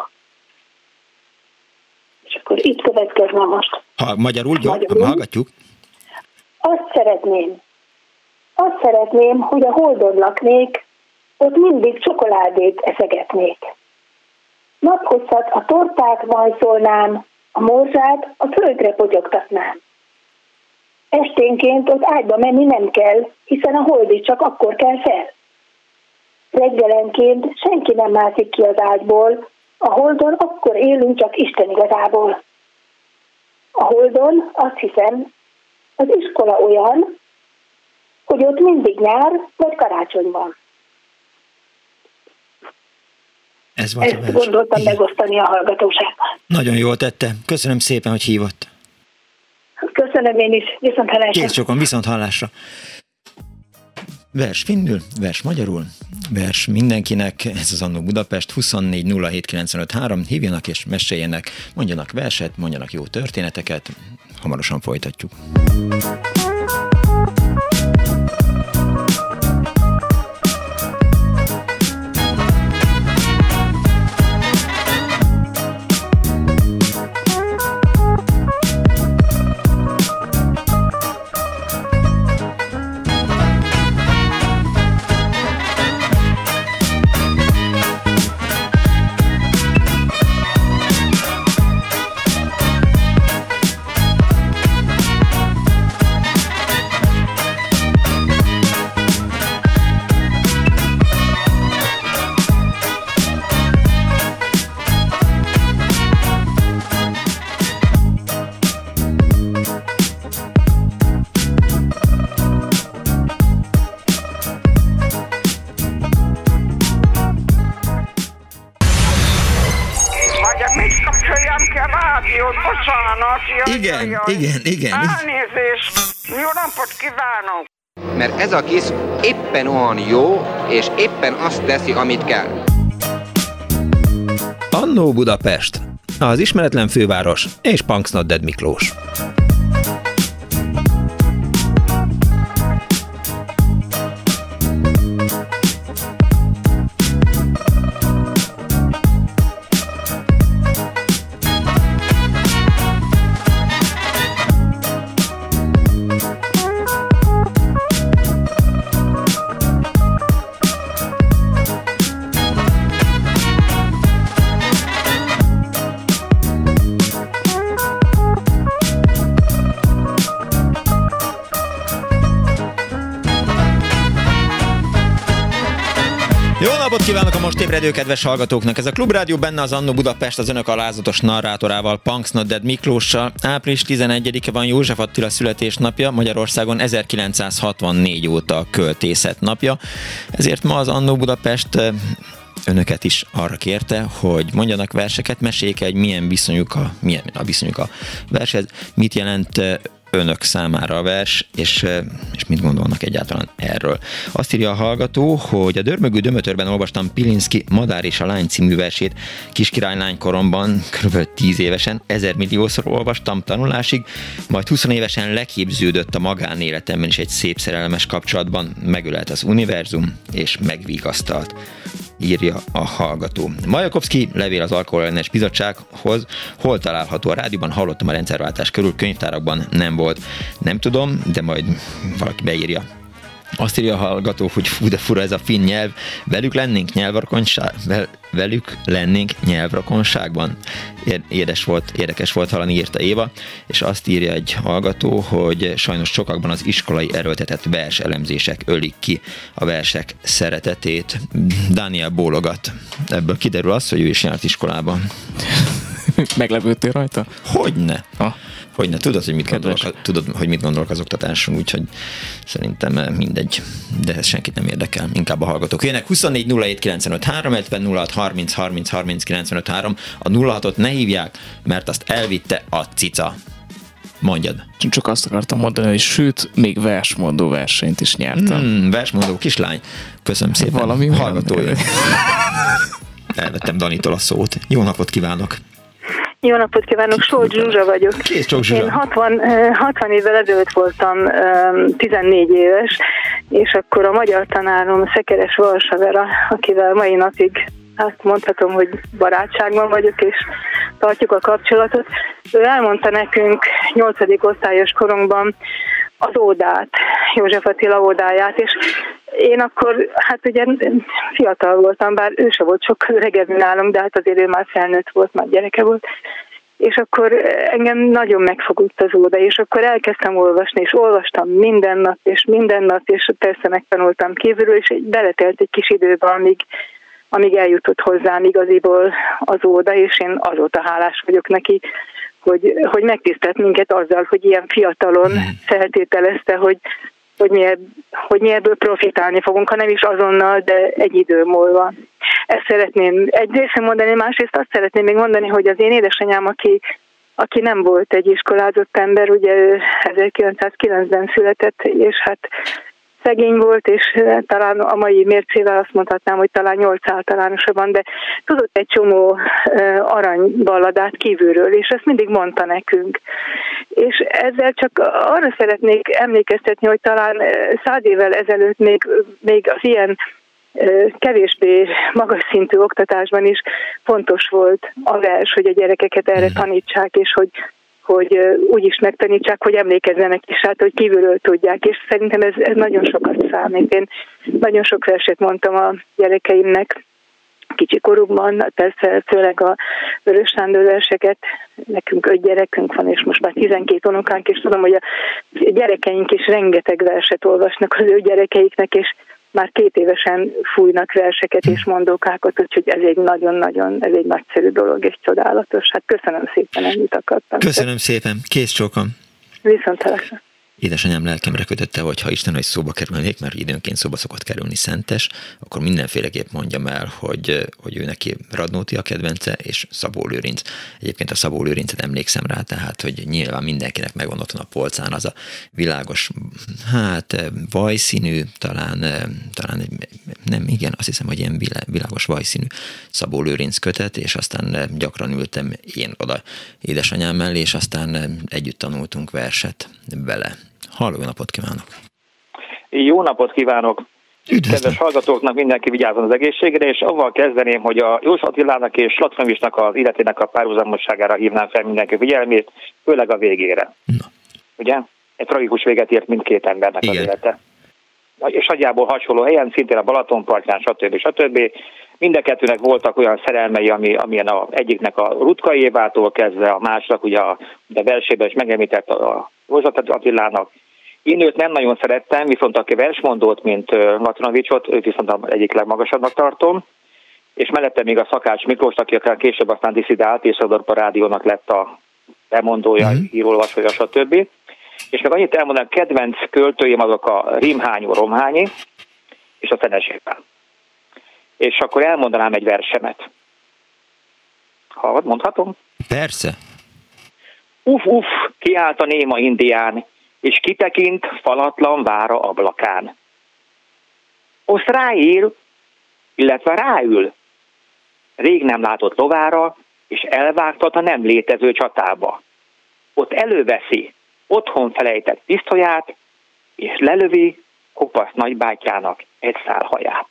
És akkor itt következne most. Magyarul, hallgatjuk. Azt szeretném, hogy a Holdon laknék, ott mindig csokoládét eszegetnék. Naphosszat a tortát vajszolnám, a morzsát a földre potyogtatnám. Esténként ott ágyba menni nem kell, hiszen a holdig csak akkor kell fel. reggelenként senki nem mászik ki az ágyból, a Holdon akkor élünk csak Isten igazából. A Holdon, azt hiszem, az iskola olyan, hogy ott mindig nyár vagy karácsony van. Ezt gondoltam megosztani a hallgatóságban. Nagyon jól tette. Köszönöm szépen, hogy hívott. Köszönöm én is. Viszont hallásra. Kész sokan, viszont hallásra. Vers finnül, vers magyarul, vers mindenkinek, ez az Annó Budapest, 24 07 95 3, hívjanak és meséljenek, mondjanak verset, mondjanak jó történeteket, hamarosan folytatjuk. Igen. Elnézést! Jó napot kívánok! Mert ez a kis éppen olyan jó, és éppen azt teszi, amit kell. Annó Budapest, az ismeretlen főváros és Punks Not Dead Miklós. Napot kívánok a most ébredő kedves hallgatóknak! Ez a Klubrádió, benne az Annó Budapest, az önök alázatos narrátorával, Punks Not Dead Miklóssal. Április 11-e van József Attila születésnapja, Magyarországon 1964 óta a költészet napja. Ezért ma az Annó Budapest önöket is arra kérte, hogy mondjanak verseket, meséljék el, hogy milyen a viszonyuk a vershez, mit jelent önök számára a vers, és mit gondolnak egyáltalán erről. Azt írja a hallgató, hogy a Dörmögő Dömötörben olvastam Pilinszky Madár és a lány című versét kiskirálylány koromban, kb. 10 évesen, 1000 milliószor olvastam tanulásig, majd 20 évesen leképződött a magánéletemben is egy szép szerelmes kapcsolatban, megölelt az univerzum, és megvigasztalt, írja a hallgató. Majakovszky levél az Alkoholellenes Bizottsághoz, hol található? A rádióban hallottam a rendszerváltás körül, könyvtárakban nem volt. Nem tudom, de majd valaki beírja. Azt írja a hallgató, hogy de fura ez a finn nyelv, velük lennénk nyelvrokonságban. Érdekes volt hallani, írta Éva, és azt írja egy hallgató, hogy sajnos sokakban az iskolai erőltetett verselemzések ölik ki a versek szeretetét. Dániel bólogat. Ebből kiderül az, hogy ő is járt iskolában. Meglepődtél rajta? Hogyne. Hogyne. Tudod, hogy mit gondolok az oktatáson, úgyhogy szerintem mindegy, de ez senkit nem érdekel. Inkább a hallgatók jönnek. 24 07 95 3, 06 30 30 30 95 3. A 06-ot ne hívják, mert azt elvitte a cica. Mondjad. Csak azt akartam mondani, hogy sőt, még versmondó versenyt is nyertem. Versmondó kislány. Köszönöm szépen. Valami hallgatója. Elvettem Danitól a szót. Jó napot kívánok! Jó napot kívánok, Solcs Zsuzsa vagyok. Én 60 évvel ezelőtt voltam 14 éves, és akkor a magyar tanárom Szekeres Valsa Vera, akivel mai napig azt mondhatom, hogy barátságban vagyok, és tartjuk a kapcsolatot. Ő elmondta nekünk 8. osztályos korunkban az ódát, József Attila ódáját, és én akkor, hát ugye fiatal voltam, bár ő se volt sokkal öregebb nálam, de hát azért ő már felnőtt volt, már gyereke volt, És akkor engem nagyon megfogott az óda, és akkor elkezdtem olvasni, és olvastam minden nap, és persze megtanultam kívülről, és beletelt egy kis időbe, amíg eljutott hozzám igaziból az óda, és én azóta hálás vagyok neki, hogy megtisztelt minket azzal, hogy ilyen fiatalon feltételezte, hogy mi ebből profitálni fogunk, ha nem is azonnal, de egy idő múlva. Ezt szeretném egyrészt mondani, másrészt azt szeretném még mondani, hogy az én édesanyám, aki nem volt egy iskolázott ember, ugye ő 1909-ben született, és hát szegény volt, és talán a mai mércével azt mondhatnám, hogy talán 8 általánosabban, de tudott egy csomó aranyballadát kívülről, és ezt mindig mondta nekünk. És ezzel csak arra szeretnék emlékeztetni, hogy talán 100 évvel ezelőtt még az ilyen kevésbé magas szintű oktatásban is fontos volt a vers, hogy a gyerekeket erre tanítsák, és hogy úgy is megtanítsák, hogy emlékezzenek is, hát, hogy kívülről tudják, és szerintem ez nagyon sokat számít. Én nagyon sok verset mondtam a gyerekeimnek kicsi korukban, persze főleg a Vörös Sándor verseket, nekünk 5 gyerekünk van, és most már 12 unokánk, és tudom, hogy a gyerekeink is rengeteg verset olvasnak az ő gyerekeiknek, és már 2 évesen fújnak verseket és mondókákat, úgyhogy ez egy nagyon-nagyon, ez egy nagyszerű dolog, és csodálatos. Hát köszönöm szépen, ennyit akartam. Köszönöm szépen, kész csókom. Viszontlátásra. Édesanyám lelkemre kötötte, hogy ha Isten, hogy szóba kerülnék, mert időnként szóba szokott kerülni Szentes, akkor mindenféleképp mondjam el, hogy ő neki Radnóti a kedvence, és Szabó Lőrinc. Egyébként a Szabó Lőrincet emlékszem rá, tehát, hogy nyilván mindenkinek megvan otthon a polcán az a világos, vajszínű, talán nem, igen, azt hiszem, hogy ilyen világos vajszínű Szabó Lőrinc kötet, és aztán gyakran ültem én oda édesanyám mellé, és aztán együtt tanultunk verset vele. Halló, jó napot kívánok! Jó napot kívánok! Üdvözlöm. Kedves hallgatóknak, mindenki vigyázzon az egészségre, és avval kezdeném, hogy a József Attilának és Lacznovicsnak az életének a párhuzamosságára hívnám fel mindenki figyelmét, főleg a végére. Na. Ugye? Egy tragikus véget ért mindkét embernek az élete. És nagyjából hasonló helyen, szintén a Balatonpartján, stb. Mind a kettőnek voltak olyan szerelmei, amilyen egyiknek a Rutka Évától kezdve, a másnak ugye a versében is megemlített a József Attilának. Én őt nem nagyon szerettem, viszont aki versmondót, mint Lacznovicsot, őt viszont egyik legmagasabbnak tartom, és mellette még a Szakács Miklós, aki akár később aztán disszidált, és a Dorpa Rádiónak lett a bemondója, írólvasója, stb. És meg annyit elmondanak, kedvenc költőim azok a Rimhányó Romhányi és a Szenes István. És akkor elmondanám egy versemet. Ha mondhatom? Persze. Uff, kiállt a néma indián, és kitekint falatlan vára ablakán. Oszt ráír, illetve ráül. Rég nem látott lovára, és elvágtat a nem létező csatába. Ott előveszi otthon felejtett pisztolyát, és lelövi kopasz nagybátyjának egy szál haját.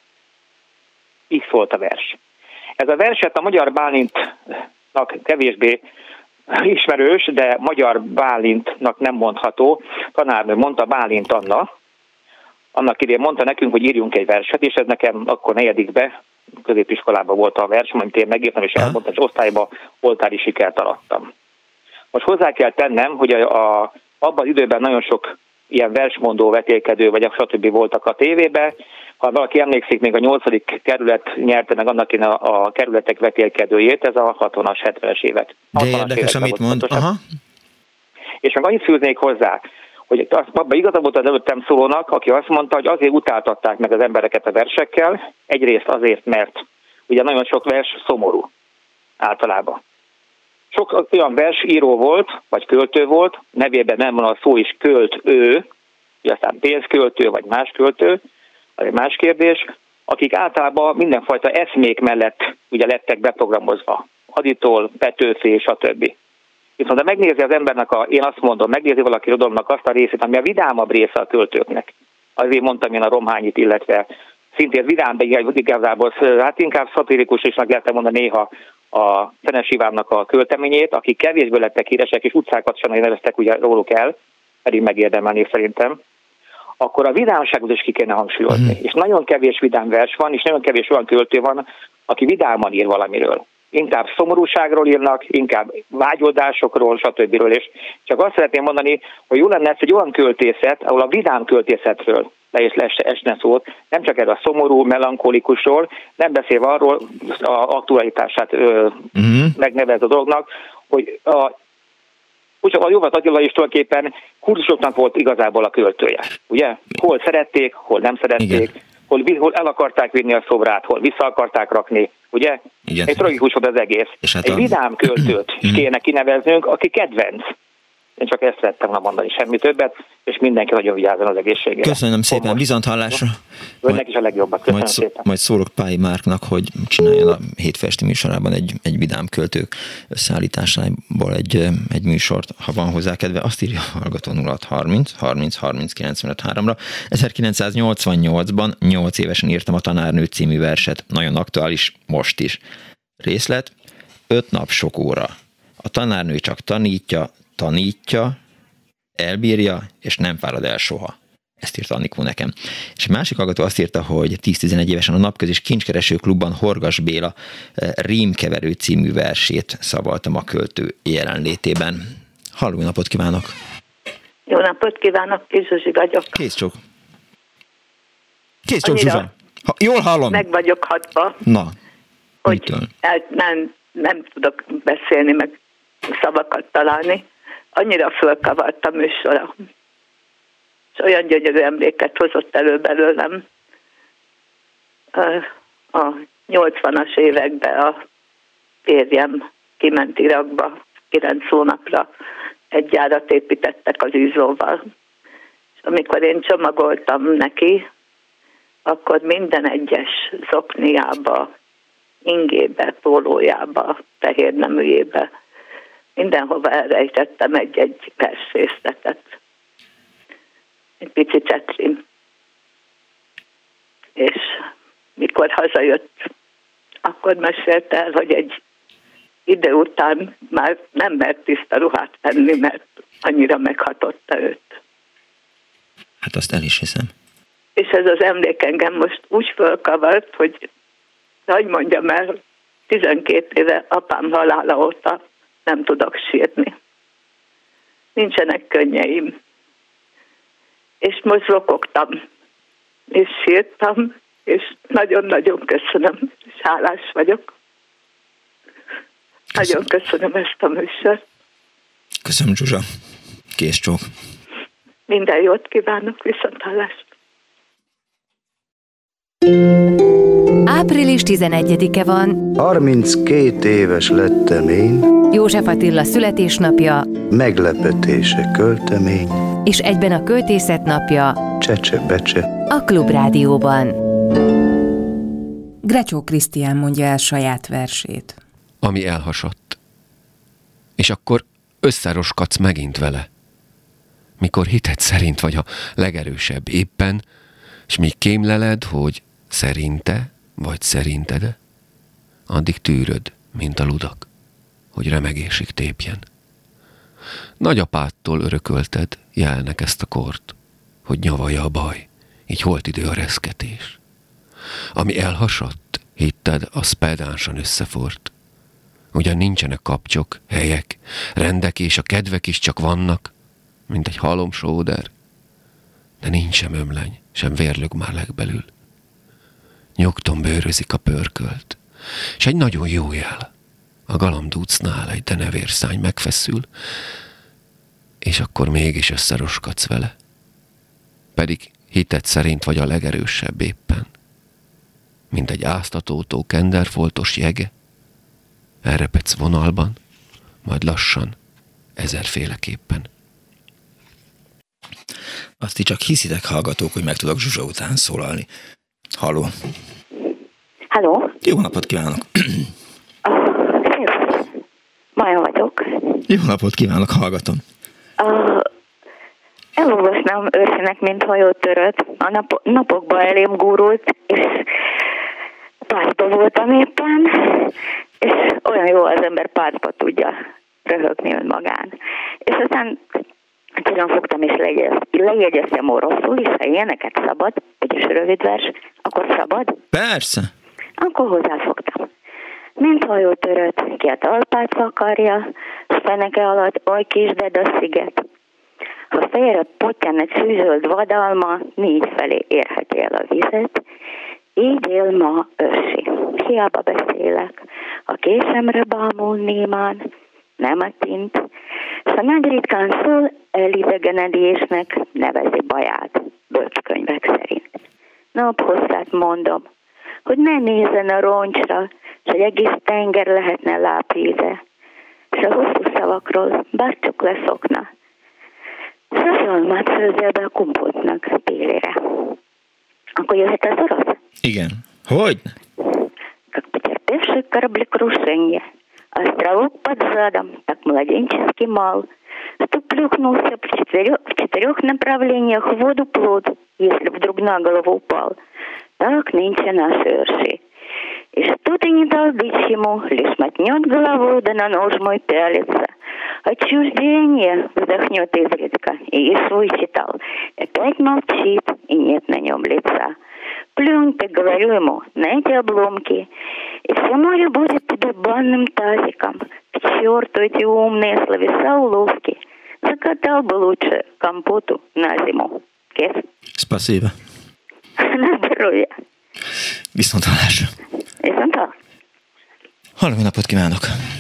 Így szólt a vers. Ez a verset a Magyar Bálintnak kevésbé ismerős, de Magyar Bálintnak nem mondható. Tanárnő mondta, Bálint Anna. Annak idén mondta nekünk, hogy írjunk egy verset, és ez nekem akkor 4. középiskolában volt a vers, amit én megírtam, és elmondtam, és osztályban oltári sikert arattam. Most hozzá kell tennem, hogy abban az időben nagyon sok ilyen versmondó, vetélkedő, vagy stb. Voltak a tévében. Ha valaki emlékszik, még a 8. kerület nyerte meg annak a kerületek vetélkedőjét, ez a 60-as, 70-es évek. De érdekes, amit mond. Aha. És meg annyit fűznék hozzá, hogy abban igaza volt az előttem szólónak, aki azt mondta, hogy azért utáltatták meg az embereket a versekkel, egyrészt azért, mert ugye nagyon sok vers szomorú általában. Sok olyan versíró volt, vagy költő volt, nevében nem van a szó is költő, vagy aztán pénzköltő, vagy más költő, az egy más kérdés, akik általában mindenfajta eszmék mellett ugye lettek beprogramozva. Haditól, Petőfi, stb. Viszont ha megnézi az embernek, én azt mondom, megnézi valaki irodalomnak azt a részét, ami a vidámabb része a költőknek. Azért mondtam én a Romhányit, illetve szintén vidám, de igazából hát inkább szatirikus is meg lehetne mondani néha a Szenes Ivánnak a költeményét, akik kevésbé lettek híresek, és utcákat sem neveztek ugye róluk el, pedig megérdemelnék szerintem, akkor a vidámságot is ki kéne hangsúlyozni. És nagyon kevés vidám vers van, és nagyon kevés olyan költő van, aki vidáman ír valamiről. inkább szomorúságról írnak, inkább vágyódásokról, stb. És csak azt szeretném mondani, hogy jó lenne ez egy olyan költészet, ahol a vidám költészetről le is esne szót, nem csak erről a szomorú, melankolikusról, nem beszélve arról a aktualitását megnevez a dolognak, hogy a József Attila is tulajdonképpen kurzusoknak volt igazából a költője. Ugye? Hol szerették, hol nem szerették, hol el akarták vinni a szobrát, hol vissza akarták rakni, ugye? Igen. Egy tragikus volt az egész. Hát egy vidám költőt is kéne kineveznünk, aki kedvenc. Én csak ezt szerettem volna mondani, semmi többet, és mindenki nagyon vigyázzon az egészségére. Köszönöm szépen, viszonthallásra. Önnek is a legjobbat. Köszönöm szépen. Majd szólok Pályi Márknak, hogy csináljon a hétfő esti műsorában egy vidám költők összeállításából egy műsort, ha van hozzá kedve. Azt írja a hallgató 0630 30 30 95 3-ra. 1988-ban 8 évesen írtam a Tanárnő című verset. Nagyon aktuális most is. Részlet: 5 nap sok óra. A tanárnő csak tanítja, elbírja, és nem fárad el soha. Ezt írta Annikó nekem. És egy másik hallgató azt írta, hogy 10-11 évesen a Napközis Kincskereső Klubban Horgas Béla Rímkeverő című versét szavaltam a költő jelenlétében. Halló, napot kívánok! Jó napot kívánok, Kis Zsuzsi vagyok. Kész csók, Zsuzsa! Jól hallom! Meg vagyok hatva. Na, hogy nem tudok beszélni, meg szavakat találni. Annyira fölkavart a műsora. És olyan gyönyörű emléket hozott elő belőlem. A 80-as években a férjem kiment Irakba, 9 hónapra egy gyárat építettek az űzóval. És amikor én csomagoltam neki, akkor minden egyes zokniába, ingébe, pólójába, fehérneműjébe, mindenhova elrejtettem egy versrészletet. Egy pici cetlim. És mikor hazajött, akkor mesélte el, hogy egy idő után már nem mert tiszta ruhát venni, mert annyira meghatotta őt. Hát azt el is hiszem. És ez az emlék engem most úgy fölkavart, hogy mondjam el, 12 éve apám halála óta nem tudok sírni. Nincsenek könnyeim. És most zokogtam, és sírtam, és nagyon-nagyon köszönöm, és hálás vagyok. Nagyon köszönöm ezt a műsort. Köszönöm, Zsuzsa. Kész csók. Minden jót kívánok, viszonthallásra. Április 11-e van. 32 éves lettem én. József Attila születésnapja. Meglepetése költemény. És egyben a költészet napja. Csecse-becse. A Klubrádióban. Grecsó Krisztián mondja el saját versét. Ami elhasadt. És akkor összeroskadsz megint vele. Mikor hited szerint vagy a legerősebb éppen, és míg kémleled, hogy szerinte vagy szerinted, addig tűröd, mint a ludak, hogy remegésig tépjen. Nagyapádtól örökölted jelnek ezt a kort, hogy nyavalja a baj, így holt idő a reszketés. Ami elhasadt, hitted, az pedánsan összefort. Ugyan nincsenek kapcsok, helyek, rendek, és a kedvek is csak vannak, mint egy halomsóder, de nincs sem ömleny, sem vérlög már legbelül. Nyugton bőrözik a pörkölt, s egy nagyon jó jel. A galambdúcnál egy denevérszány megfeszül, és akkor mégis összeroskadsz vele. Pedig hited szerint vagy a legerősebb éppen. Mint egy áztatótó kenderfoltos jege, elrepedsz vonalban, majd lassan, ezerféleképpen. Azt így csak hiszitek, hallgatók, hogy meg tudok Zsuzsa után szólalni. Halló. Halló. Jó napot kívánok. Maja vagyok. Jó napot kívánok, hallgatom. Elolvasnám őszének, mint hajótöröt. A napokban elém gúrult, és pártba voltam éppen, és olyan jó, az ember pártba tudja röhögni önmagán. És aztán külön fogtam, és lejegyeztem oroszul, és ha ilyeneket szabad, vagyis rövid vers, akkor szabad? Persze. Akkor hozzáfogtam. Mint hajótörött, ki a talpát vakarja, s feneke alatt oly kis a sziget. Ha félre potyan egy szűzöld vadalma, négy felé érheti el a vizet. Így él ma Össi. Hiába beszélek, a késemre bámul némán, nem a tint, s a nagy ritkán szól, elidegenedésnek nevezi baját, bölcskönyvek szerint. Naphosszát mondom, hogy ne nézzen a roncsra, s egy egész tenger lehetne lábvíze, s a hosszú szavakról bárcsak leszokna, s a szalmát főzze be a kompotnak télére. Akkor jöhet az orosz? Igen. Hogy? Как потерпевший кораблекрушение, островок под задом, так младенческий мал, что плюхнулся в четырех направлениях в воду плод, если вдруг на голову упал. Так нынче наши Ерши. И что ты не толдычь ему, лишь мотнет головой, да на нож мой пялится. Отчуждение вздохнет изредка, и свой читал. Опять молчит, и нет на нем лица. Плюнь ты, говорю ему, на эти обломки, и все море будет тебе банным тазиком. К черту эти умные словеса уловки. Закатал бы лучше компоту на зиму. Кес? Спасибо. На здоровье. Viszontlátásra. Viszontlátásra. Halló, napot kívánok!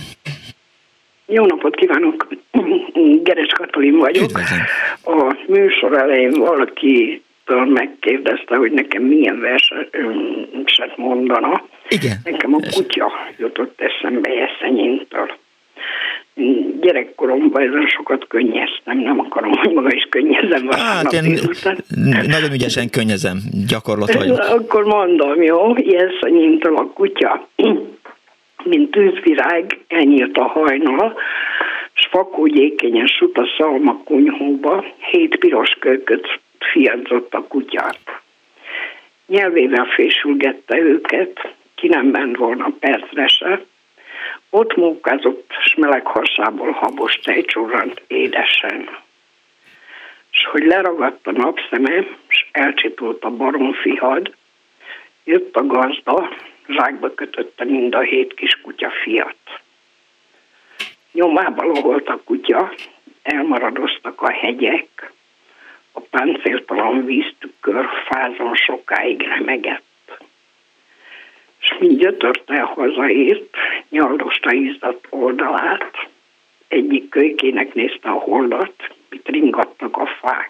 Jó napot kívánok! Geres Katalin vagyok. Üdvözlöm. A műsor elején valakitől megkérdezte, hogy nekem milyen verset mondana. Igen. Nekem a kutya jutott eszembe Jeszenyintől. Gyerekkoromban ezen sokat könnyeztem, nem akarom, hogy maga is könnyezem vasárnap délután. Nagyon ügyesen könnyezem, gyakorlat vagyok. Akkor mondom, jó? Jeszenyintől a kutya, mint tűzvirág, elnyílt a hajnal, s fakógyékenyen sut a szalma kunyhóba, 7 piros kölyköt fiadzott a kutyát. Nyelvével fésülgette őket, ki nem ment volna percre se. Ott mókázott, s meleg hasából habos tej csurrant édesen. S hogy leragadt a napszeme, s elcsitult a baromfihad, jött a gazda, zsákba kötötte mind a 7 kis kutya fiat. Nyomába loholt a kutya, elmaradoztak a hegyek, a páncéltalan víztükör fázon sokáig remegett. S mind gyötörte hazaért, nyaldosta izzadt oldalát, egyik kölykének nézte a holdat, mit ringattak a fák.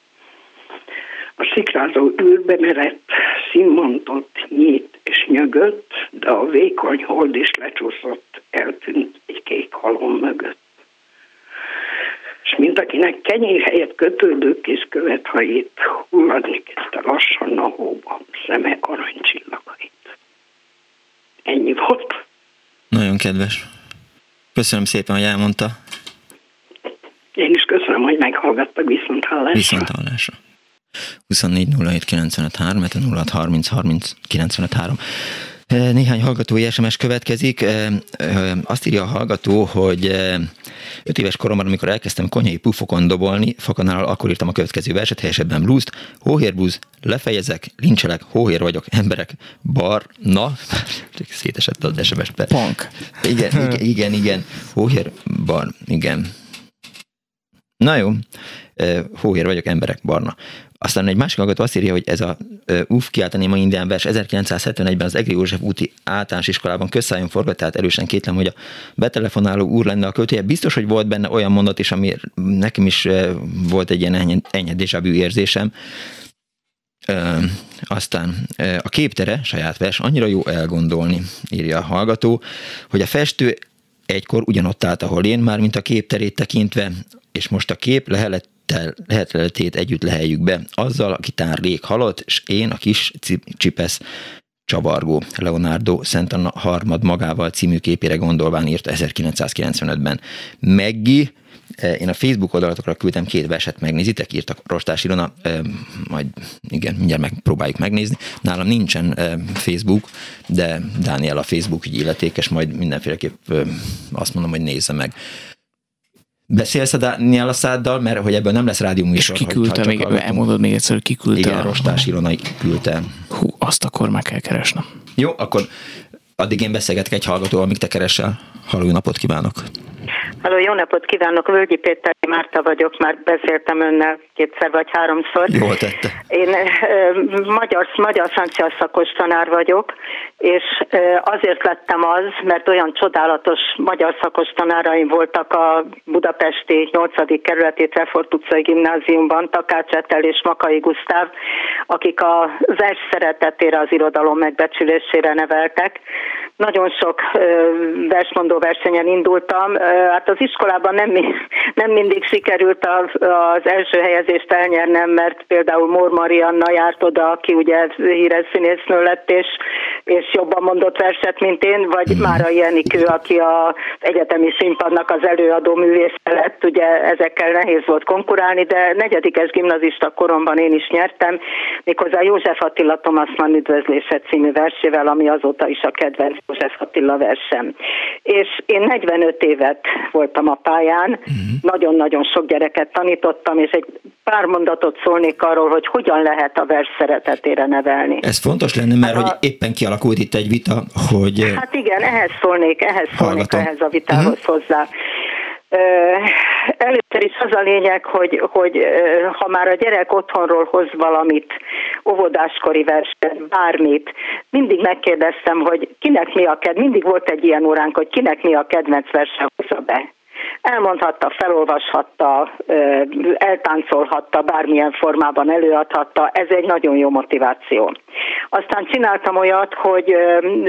A szikrázó űrbe merett, színmontott, nyílt és nyögött, de a vékony hold is lecsúszott, eltűnt egy kék halom mögött. És mint akinek kenyér helyett kötődőkész követhajét, hulladni kezdte lassan a hóba, szeme aranycsillagait. Ennyi volt. Nagyon kedves. Köszönöm szépen, hogy elmondta. Én is köszönöm, hogy meghallgattak. Viszonthallásra. Viszonthallásra. 24 07 95 3, 06 30 30 95 3. Néhány hallgatói SMS következik. Azt írja a hallgató, hogy 5 éves koromban, amikor elkezdtem konyhai pufokon dobolni, fakanál, akkor írtam a következő verset, helyesebben blues-t. Hóhérbúz, lefejezek, lincselek, hóhér vagyok, emberek, barna, szétesett az SMS be. Punk. Igen. Hóhér, bar, igen. Na jó, hóhér vagyok, emberek, barna. Aztán egy másik hallgató azt írja, hogy ez a kiáltani ma indián vers 1971-ben az Egri József úti általános iskolában közszájon forgott, tehát erősen kétlem, hogy a betelefonáló úr lenne a költője. Biztos, hogy volt benne olyan mondat is, ami nekem is volt egy ilyen enyhe déjà vu érzésem. Aztán a képtere, saját vers, annyira jó elgondolni, írja a hallgató, hogy a egykor ugyanott állt, ahol én, már mint a képterét tekintve, és most a kép lehetetlenét együtt leheljük be. Azzal, aki tán rég halott, és én a kis csipesz csavargó. Leonardo Santana harmad magával című képére gondolván írta 1995-ben. Meggi, én a Facebook oldalatokra küldtem 2 verset, megnézitek, írtak Rostás Ilona, majd igen, mindjárt megpróbáljuk megnézni. Nálam nincsen Facebook, de Dániel a Facebook ügy illetékes, majd mindenféleképp azt mondom, hogy nézze meg. Beszélsz a Dániel Assaddal, mert hogy ebből nem lesz rádióműsor. És kiküldte, még elmondod még egyszer, hogy kiküldte. Igen, Rostás Ilona küldte. Hú, azt akkor meg kell keresnem. Jó, akkor Addig én beszélgetek egy hallgatóval, amíg te keresel. Halló, jó napot kívánok! Halló, jó napot kívánok! Völgyi Péter Márta vagyok, már beszéltem önnel 2 vagy 3-szor. Jól tette. Én magyar-francia szakos tanár vagyok, és azért lettem az, mert olyan csodálatos magyar szakos tanáraim voltak a budapesti 8. kerületi Trefort utcai gimnáziumban, Takács Etel és Makai Gusztáv, akik a vers szeretetére, az irodalom megbecsülésére neveltek. Nagyon sok versmondó versenyen indultam. Hát az iskolában nem mindig sikerült az első helyezést elnyernem, mert például Mór Marianna járt oda, aki ugye híres színésznő lett, és jobban mondott verset, mint én, vagy Márai Enikő, aki az egyetemi színpadnak az előadó művésze lett. Ugye ezekkel nehéz volt konkurálni, de 4. gimnazista koromban én is nyertem, méghozzá József Attila Thomasman üdvözlése című versével, ami azóta is a kedvenc József Attila versem. És én 45 évet voltam a pályán, nagyon-nagyon sok gyereket tanítottam, és egy pár mondatot szólnék arról, hogy hogyan lehet a vers szeretetére nevelni. Ez fontos lenne, mert hogy éppen kialakult itt egy vita, hogy... Hát igen, ehhez szólnék ehhez a vitához hozzá. Először is az a lényeg, hogy ha már a gyerek otthonról hoz valamit, óvodáskori verset, bármit, mindig megkérdeztem, hogy kinek mi a kedvenc, mindig volt egy ilyen óránk, hogy kinek mi a kedvenc verse, hozza be. Elmondhatta, felolvashatta, eltáncolhatta, bármilyen formában előadhatta, ez egy nagyon jó motiváció. Aztán csináltam olyat, hogy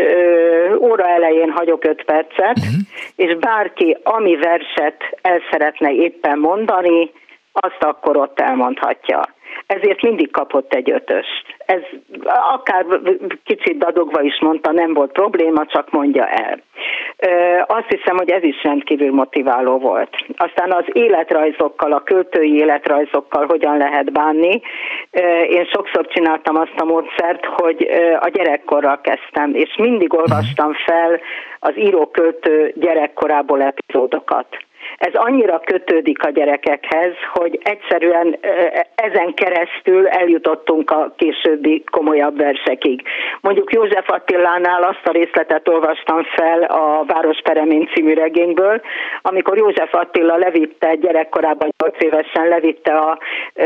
óra elején hagyok 5 percet, és bárki, ami verset el szeretne éppen mondani, azt akkor ott elmondhatja. Ezért mindig kapott egy 5-öst. Ez akár kicsit dadogva is mondta, nem volt probléma, csak mondja el. Azt hiszem, hogy ez is rendkívül motiváló volt. Aztán az életrajzokkal, a költői életrajzokkal hogyan lehet bánni. Én sokszor csináltam azt a módszert, hogy a gyerekkorral kezdtem, és mindig olvastam fel az író-költő gyerekkorából epizódokat. Ez annyira kötődik a gyerekekhez, hogy egyszerűen ezen keresztül eljutottunk a későbbi komolyabb versekig. Mondjuk József Attilánál azt a részletet olvastam fel a Városperemén című regényből, amikor József Attila levitte gyerekkorában 8 évesen, levitte az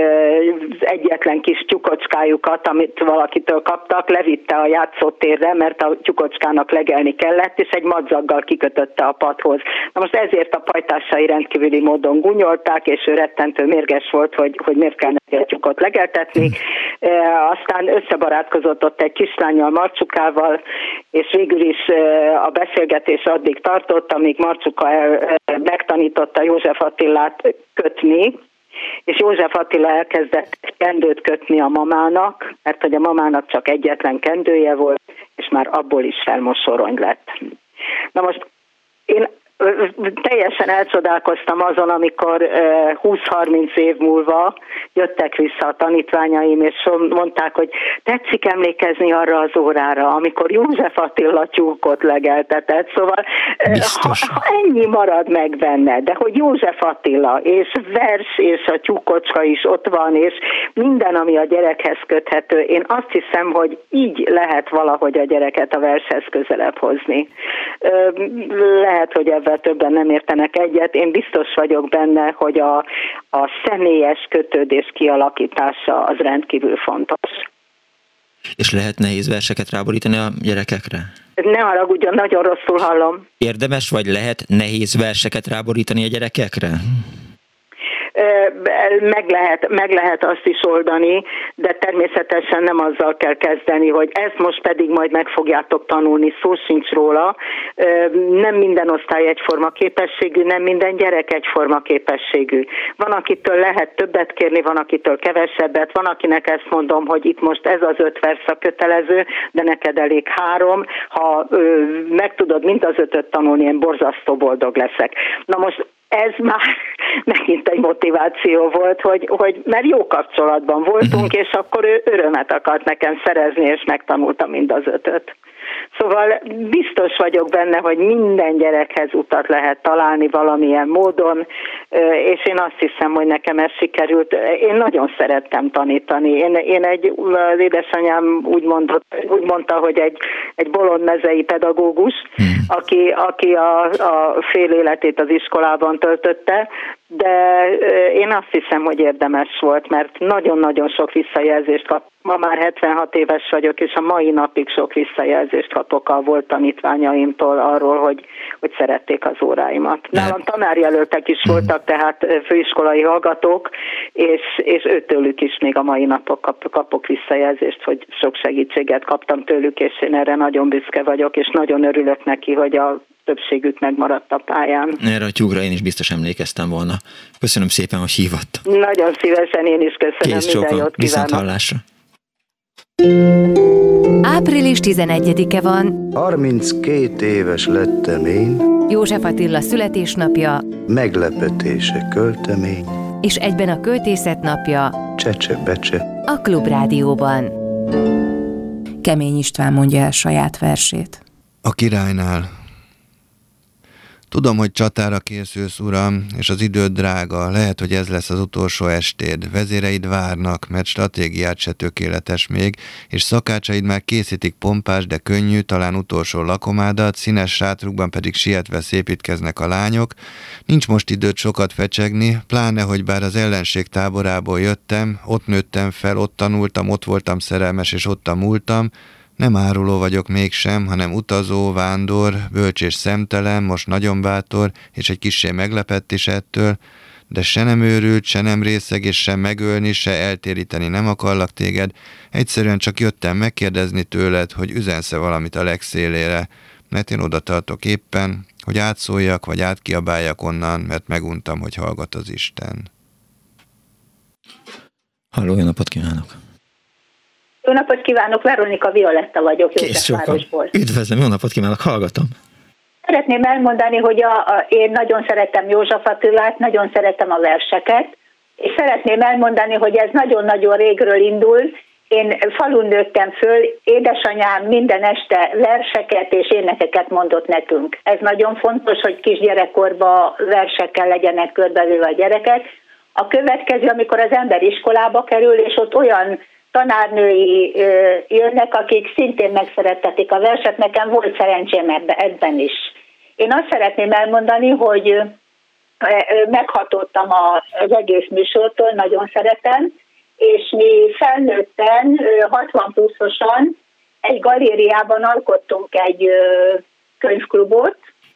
egyetlen kis tyukocskájukat, amit valakitől kaptak, levitte a játszótérre, mert a tyukocskának legelni kellett, és egy madzaggal kikötötte a padhoz. Na most ezért a pajtásai rendkívüli módon gúnyolták, és ő rettentő mérges volt, hogy miért kell neki a tyúkot legeltetni. Aztán összebarátkozott ott egy kislánnyal, Marcsukával, és végül is a beszélgetés addig tartott, amíg Marcsuka megtanította József Attilát kötni, és József Attila elkezdett kendőt kötni a mamának, mert hogy a mamának csak egyetlen kendője volt, és már abból is felmosorony lett. Na most én teljesen elcsodálkoztam azon, amikor 20-30 év múlva jöttek vissza a tanítványaim, és mondták, hogy tetszik emlékezni arra az órára, amikor József Attila tyúkot legeltetett, szóval ha ennyi marad meg benne, de hogy József Attila, és vers, és a tyúkocska is ott van, és minden, ami a gyerekhez köthető, én azt hiszem, hogy így lehet valahogy a gyereket a vershez közelebb hozni. Lehet, hogy ebben többen nem értenek egyet. Én biztos vagyok benne, hogy a személyes kötődés kialakítása az rendkívül fontos. És lehet nehéz verseket ráborítani a gyerekekre? Ne haragudjon, nagyon rosszul hallom. Érdemes vagy lehet nehéz verseket ráborítani a gyerekekre? Meg lehet azt is oldani, de természetesen nem azzal kell kezdeni, hogy ezt most pedig majd meg fogjátok tanulni, szó sincs róla. Nem minden osztály egyforma képességű, nem minden gyerek egyforma képességű. Van, akitől lehet többet kérni, van, akitől kevesebbet, van, akinek ezt mondom, hogy itt most ez az 5 vers a kötelező, de neked elég 3. Ha meg tudod mind az 5-öt tanulni, én borzasztó boldog leszek. Na most ez már megint egy motiváció volt, hogy mert jó kapcsolatban voltunk, és akkor ő örömet akart nekem szerezni, és megtanultam mind az 5-öt. Szóval biztos vagyok benne, hogy minden gyerekhez utat lehet találni valamilyen módon, és én azt hiszem, hogy nekem ez sikerült. Én nagyon szerettem tanítani. Az édesanyám úgy mondta, hogy egy bolond mezei pedagógus, aki a fél életét az iskolában töltötte, de én azt hiszem, hogy érdemes volt, mert nagyon-nagyon sok visszajelzést kap. Ma már 76 éves vagyok, és a mai napig sok visszajelzést kapok a volt tanítványaimtól arról, hogy szerették az óráimat. Nálam tanárjelöltek is voltak, tehát főiskolai hallgatók, és őtőlük is még a mai napok kapok visszajelzést, hogy sok segítséget kaptam tőlük, és én erre nagyon büszke vagyok, és nagyon örülök neki, hogy a többségük megmaradt a pályán. Erre a tyúkra én is biztos emlékeztem volna. Köszönöm szépen, hogy hívott. Nagyon szívesen, én is köszönöm. Kész minden jót kívánok. Viszont hallásra. Április 11-e van. 32 éves lettem én. József Attila születésnapja. Meglepetése költemény. És egyben a költészet napja. Csecse-becse. A Klubrádióban. Kemény István mondja el saját versét. A királynál. Tudom, hogy csatára készülsz, uram, és az időd drága. Lehet, hogy ez lesz az utolsó estéd. Vezéreid várnak, mert stratégiád se tökéletes még, és szakácsaid már készítik pompás, de könnyű, talán utolsó lakomádat, színes sátrukban pedig sietve szépítkeznek a lányok. Nincs most időt sokat fecsegni, pláne, hogy bár az ellenség táborából jöttem, ott nőttem fel, ott tanultam, ott voltam szerelmes, és ott múltam. Nem áruló vagyok mégsem, hanem utazó, vándor, bölcs és szemtelen, most nagyon bátor, és egy kissé meglepett is ettől, de se nem őrült, se nem részeg, és sem megölni, se eltéríteni nem akarlak téged. Egyszerűen csak jöttem megkérdezni tőled, hogy üzensz-e valamit a legszélére, mert én oda tartok éppen, hogy átszóljak, vagy átkiabáljak onnan, mert meguntam, hogy hallgat az Isten. Halló, jó napot kívánok! Jó napot kívánok, Veronika Violetta vagyok, Józsefvárosból. Üdvözlöm, jó napot kívánok, hallgatom. Szeretném elmondani, hogy én nagyon szeretem József Attilát, nagyon szeretem a verseket, és szeretném elmondani, hogy ez nagyon-nagyon régről indul. Én falun nőttem föl, édesanyám minden este verseket és énekeket mondott nekünk. Ez nagyon fontos, hogy kisgyerekkorban versekkel legyenek körbevéve a gyerekek. A következő, amikor az ember iskolába kerül, és ott olyan tanárnői jönnek, akik szintén megszerettetik a verset. Nekem volt szerencsém ebben is. Én azt szeretném elmondani, hogy meghatottam az egész műsortól, nagyon szeretem, és mi felnőtten, 60 pluszosan egy galériában alkottunk egy könyvklubot,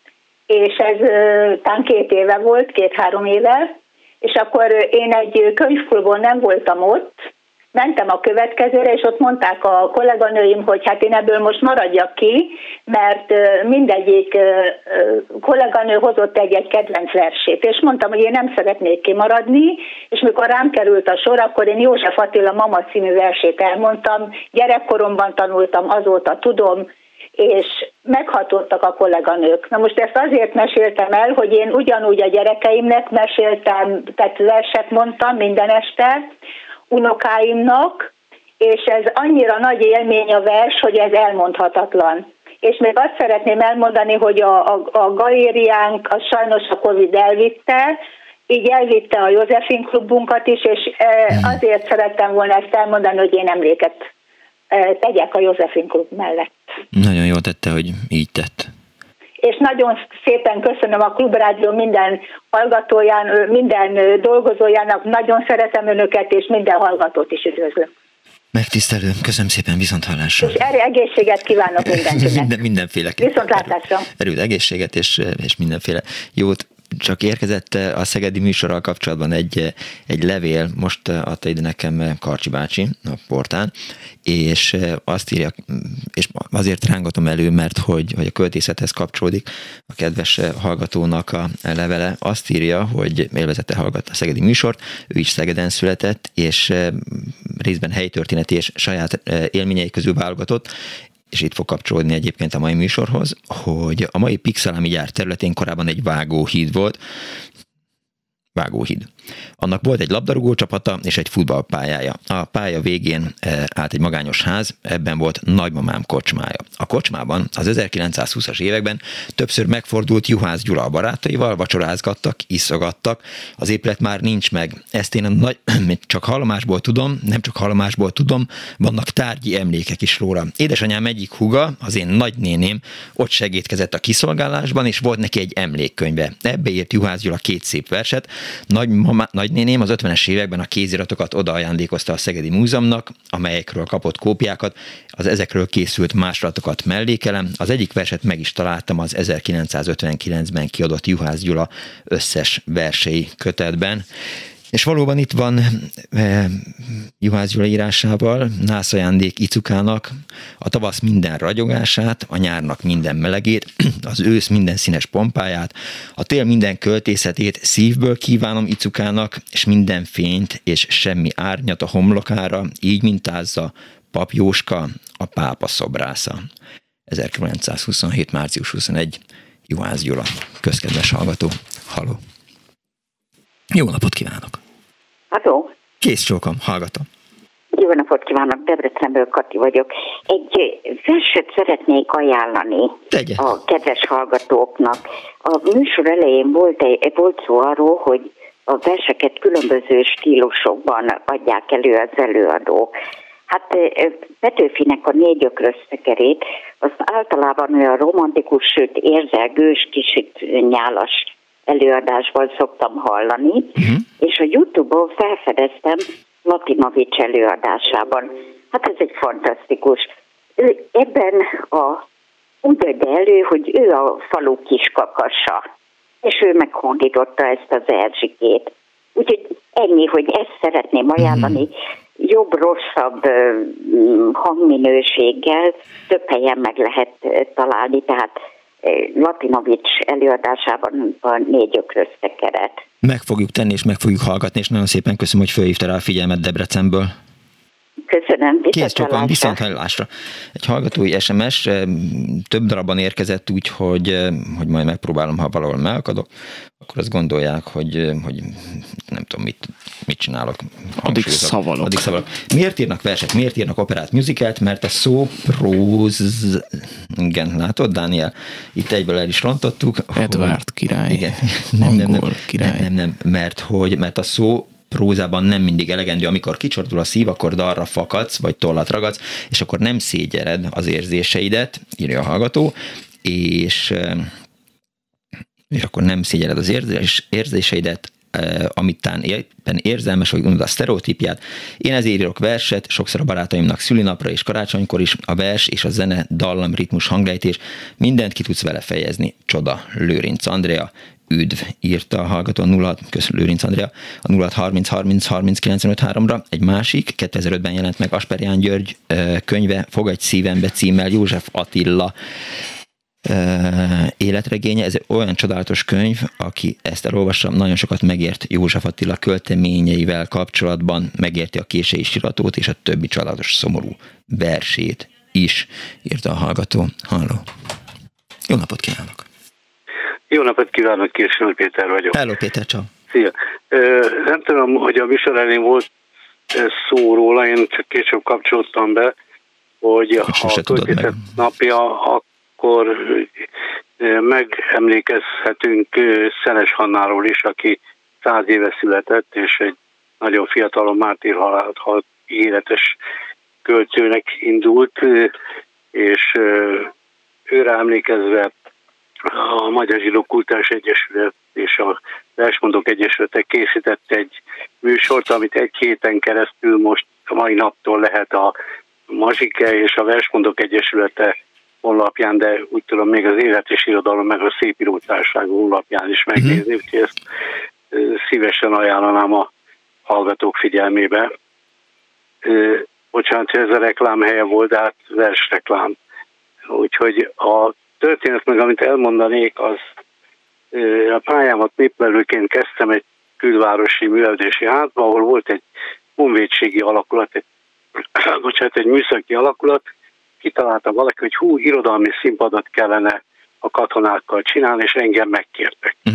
és ez talán 2 éve volt, 2-3 éve, és akkor én egy könyvklubon nem voltam ott, mentem a következőre, és ott mondták a kolléganőim, hogy hát én ebből most maradjak ki, mert mindegyik kolléganő hozott egy kedvenc versét, és mondtam, hogy én nem szeretnék kimaradni, és mikor rám került a sor, akkor én József Attila Mama című versét elmondtam, gyerekkoromban tanultam, azóta tudom, és meghatottak a kolléganők. Na most ezt azért meséltem el, hogy én ugyanúgy a gyerekeimnek meséltem, tehát verset mondtam minden este, unokáimnak, és ez annyira nagy élmény a vers, hogy ez elmondhatatlan. És még azt szeretném elmondani, hogy a galériánk az sajnos a Covid elvitte, így elvitte a Józsefin klubunkat is, és azért szerettem volna ezt elmondani, hogy én emléket tegyek a Józsefin klub mellett. Nagyon jól tette, hogy így tett. És nagyon szépen köszönöm a Klubrádió minden hallgatójának, minden dolgozójának, nagyon szeretem önöket, és minden hallgatót is üdvözlök. Megtisztelő, köszönöm szépen, viszonthallásra. És egészséget kívánok mindenkinek. Mindenféleképpen. Viszontlátásra. Erőt, egészséget és mindenféle jót. Csak érkezett a szegedi műsorral kapcsolatban egy levél, most adta ide nekem Karcsi bácsi a portán, és azt írja, és azért rángatom elő, mert hogy a költészethez kapcsolódik a kedves hallgatónak a levele. Azt írja, hogy élvezete hallgatta a szegedi műsort, ő is Szegeden született, és részben helytörténeti és saját élményei közül válogatott, és itt fog kapcsolódni egyébként a mai műsorhoz, hogy a mai Pixelami gyár területén korábban egy vágóhíd volt, Vágóhíd. Annak volt egy labdarúgó csapata és egy futballpályája. A pálya végén állt egy magányos ház, ebben volt nagymamám kocsmája. A kocsmában az 1920-as években többször megfordult Juhász Gyula a barátaival, vacsorázgattak, iszogattak, az épület már nincs meg. Ezt én csak hallomásból tudom, nem csak hallomásból tudom, vannak tárgyi emlékek is róla. Édesanyám egyik húga, az én nagynéném, ott segítkezett a kiszolgálásban, és volt neki egy emlékkönyve. Ebbe írt Juhász Gyula 2 szép verset. Nagynéném az 50-es években a kéziratokat odaajándékozta a Szegedi Múzeumnak, amelyekről kapott kópiákat, az ezekről készült másolatokat mellékelem. Az egyik verset meg is találtam az 1959-ben kiadott Juhász Gyula összes versei kötetben. És valóban itt van Juhász Gyula írásával: nász ajándék icukának, a tavasz minden ragyogását, a nyárnak minden melegét, az ősz minden színes pompáját, a tél minden költészetét szívből kívánom icukának, és minden fényt és semmi árnyat a homlokára, így mintázza Pap Jóska, a pápa szobrásza. 1927. március 21. Juhász Gyula. Közkedves hallgató. Halló. Jó napot kívánok! Halló! Kész csókom, hallgatom. Jó napot kívánok, Debrecenből Kati vagyok. Egy verset szeretnék ajánlani a kedves hallgatóknak. A műsor elején volt szó arról, hogy a verseket különböző stílusokban adják elő az előadók. Hát Petőfinek a 4 ökrös szekerét, azt általában olyan romantikus, sőt érzelgős, kicsit nyálas előadásból szoktam hallani, és a YouTube-on felfedeztem Latinovics előadásában. Hát ez egy fantasztikus. Ő ebben úgy adja elő, hogy ő a falu kiskakassa, és ő meghódította ezt az Erzsikét. Úgyhogy ennyi, hogy ezt szeretném ajánlani, jobb-rosszabb hangminőséggel több helyen meg lehet találni, tehát Latinovics előadásában a 4 ökrös szekeret. Meg fogjuk tenni, és meg fogjuk hallgatni, és nagyon szépen köszönöm, hogy fölhívta rá a figyelmet Debrecenből. Köszönöm, viszont hallásra. Egy hallgatói SMS több darabban érkezett, úgyhogy hogy majd megpróbálom, ha valahol megakadok, akkor azt gondolják, hogy nem tudom, mit csinálok. Addig szavalok. Miért írnak verset, miért írnak operát, musicalt? Mert a szó igen, látod, Dániel? Itt egyből el is rontottuk. Edward király. Igen. Angol király. Nem, mert a szó prózában nem mindig elegendő, amikor kicsordul a szív, akkor dalra fakadsz, vagy tollat ragadsz, és akkor nem szégyeled az érzéseidet, írja a hallgató, és akkor nem szégyeled az érzéseidet, amitán éppen érzelmes, vagy unod a sztereotípiát. Én ezért írok verset, sokszor a barátaimnak szülinapra és karácsonykor is. A vers és a zene, dallam, ritmus, hanglejtés, mindent ki tudsz vele fejezni. Csoda, Lőrinc Andrea. Üdv, írta a hallgató köszönöm Lőrinc Andrea, a 0630303953-ra. Egy másik, 2005-ben jelent meg Asperján György könyve, Fogadj szívembe címmel, József Attila életregénye. Ez egy olyan csodálatos könyv, aki ezt elolvassa, nagyon sokat megért József Attila költeményeivel kapcsolatban, megérti a Kései Siratót és a többi csodálatos szomorú versét is, írta a hallgató. Halló. Jó napot kívánok! Jó napot kívánok, Kirsnő Péter vagyok. Hello, Péter, csau. Szia. Nem tudom, hogy a műsor elején volt szó róla, én csak később kapcsoltam be, hogy ha költészet napja, akkor megemlékezhetünk Szenes Hannáról is, aki 100 éve született, és egy nagyon fiatalon mártírhalált életes költőnek indult, és őre emlékezve a Magyar Zsidó Kulturális Egyesület és a Versmondók Egyesülete készített egy műsort, amit egy héten keresztül most a mai naptól lehet a Mazsike és a Versmondók Egyesülete honlapján, de úgy tudom még az Élet és Irodalom meg a Szépírótárság honlapján is megnézni, úgyhogy ezt szívesen ajánlanám a hallgatók figyelmébe. Bocsánat, hogy ez a reklám helye volt, de hát versreklám. Úgyhogy a történet meg, amit elmondanék, az a pályámat népművelőként kezdtem egy külvárosi művelődési házba, ahol volt egy honvédségi alakulat, egy műszaki alakulat. Kitalálta valaki, hogy irodalmi színpadot kellene a katonákkal csinálni, és engem megkértek.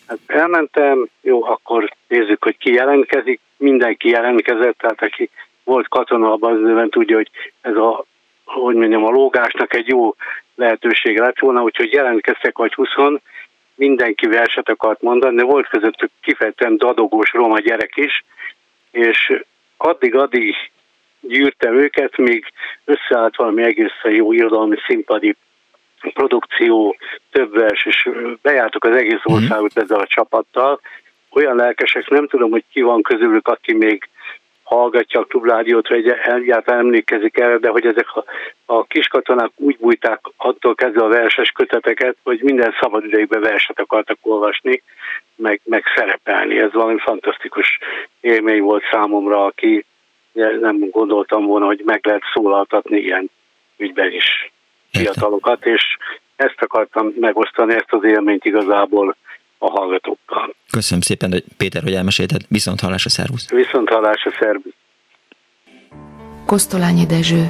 Hát elmentem, jó, akkor nézzük, hogy ki jelentkezik. Mindenki jelentkezett, tehát aki volt katona abban az időben tudja, hogy ez a lógásnak egy jó lehetősége lett volna, úgyhogy jelentkeztek vagy 20, mindenki verset akart mondani, de volt közöttük kifejezetten dadogós roma gyerek is, és addig gyűrtem őket, míg összeállt valami egészen jó irodalmi színpadi produkció, több vers, és bejártuk az egész országot ezzel a csapattal. Olyan lelkesek, nem tudom, hogy ki van közülük, aki még hallgatja a Klubrádiót, vagy egyáltalán emlékezik erre, de hogy ezek a kiskatonák úgy bújták attól kezdve a verses köteteket, hogy minden szabadidejükben verset akartak olvasni, meg szerepelni. Ez valami fantasztikus élmény volt számomra, aki nem gondoltam volna, hogy meg lehet szólaltatni ilyen ügyben is fiatalokat, és ezt akartam megosztani, ezt az élményt igazából a hallgatókkal. Köszönöm szépen, Péter, hogy elmesélted. Viszont hallásra, szervusz! Viszont hallásra, szervusz! Kosztolányi Dezső,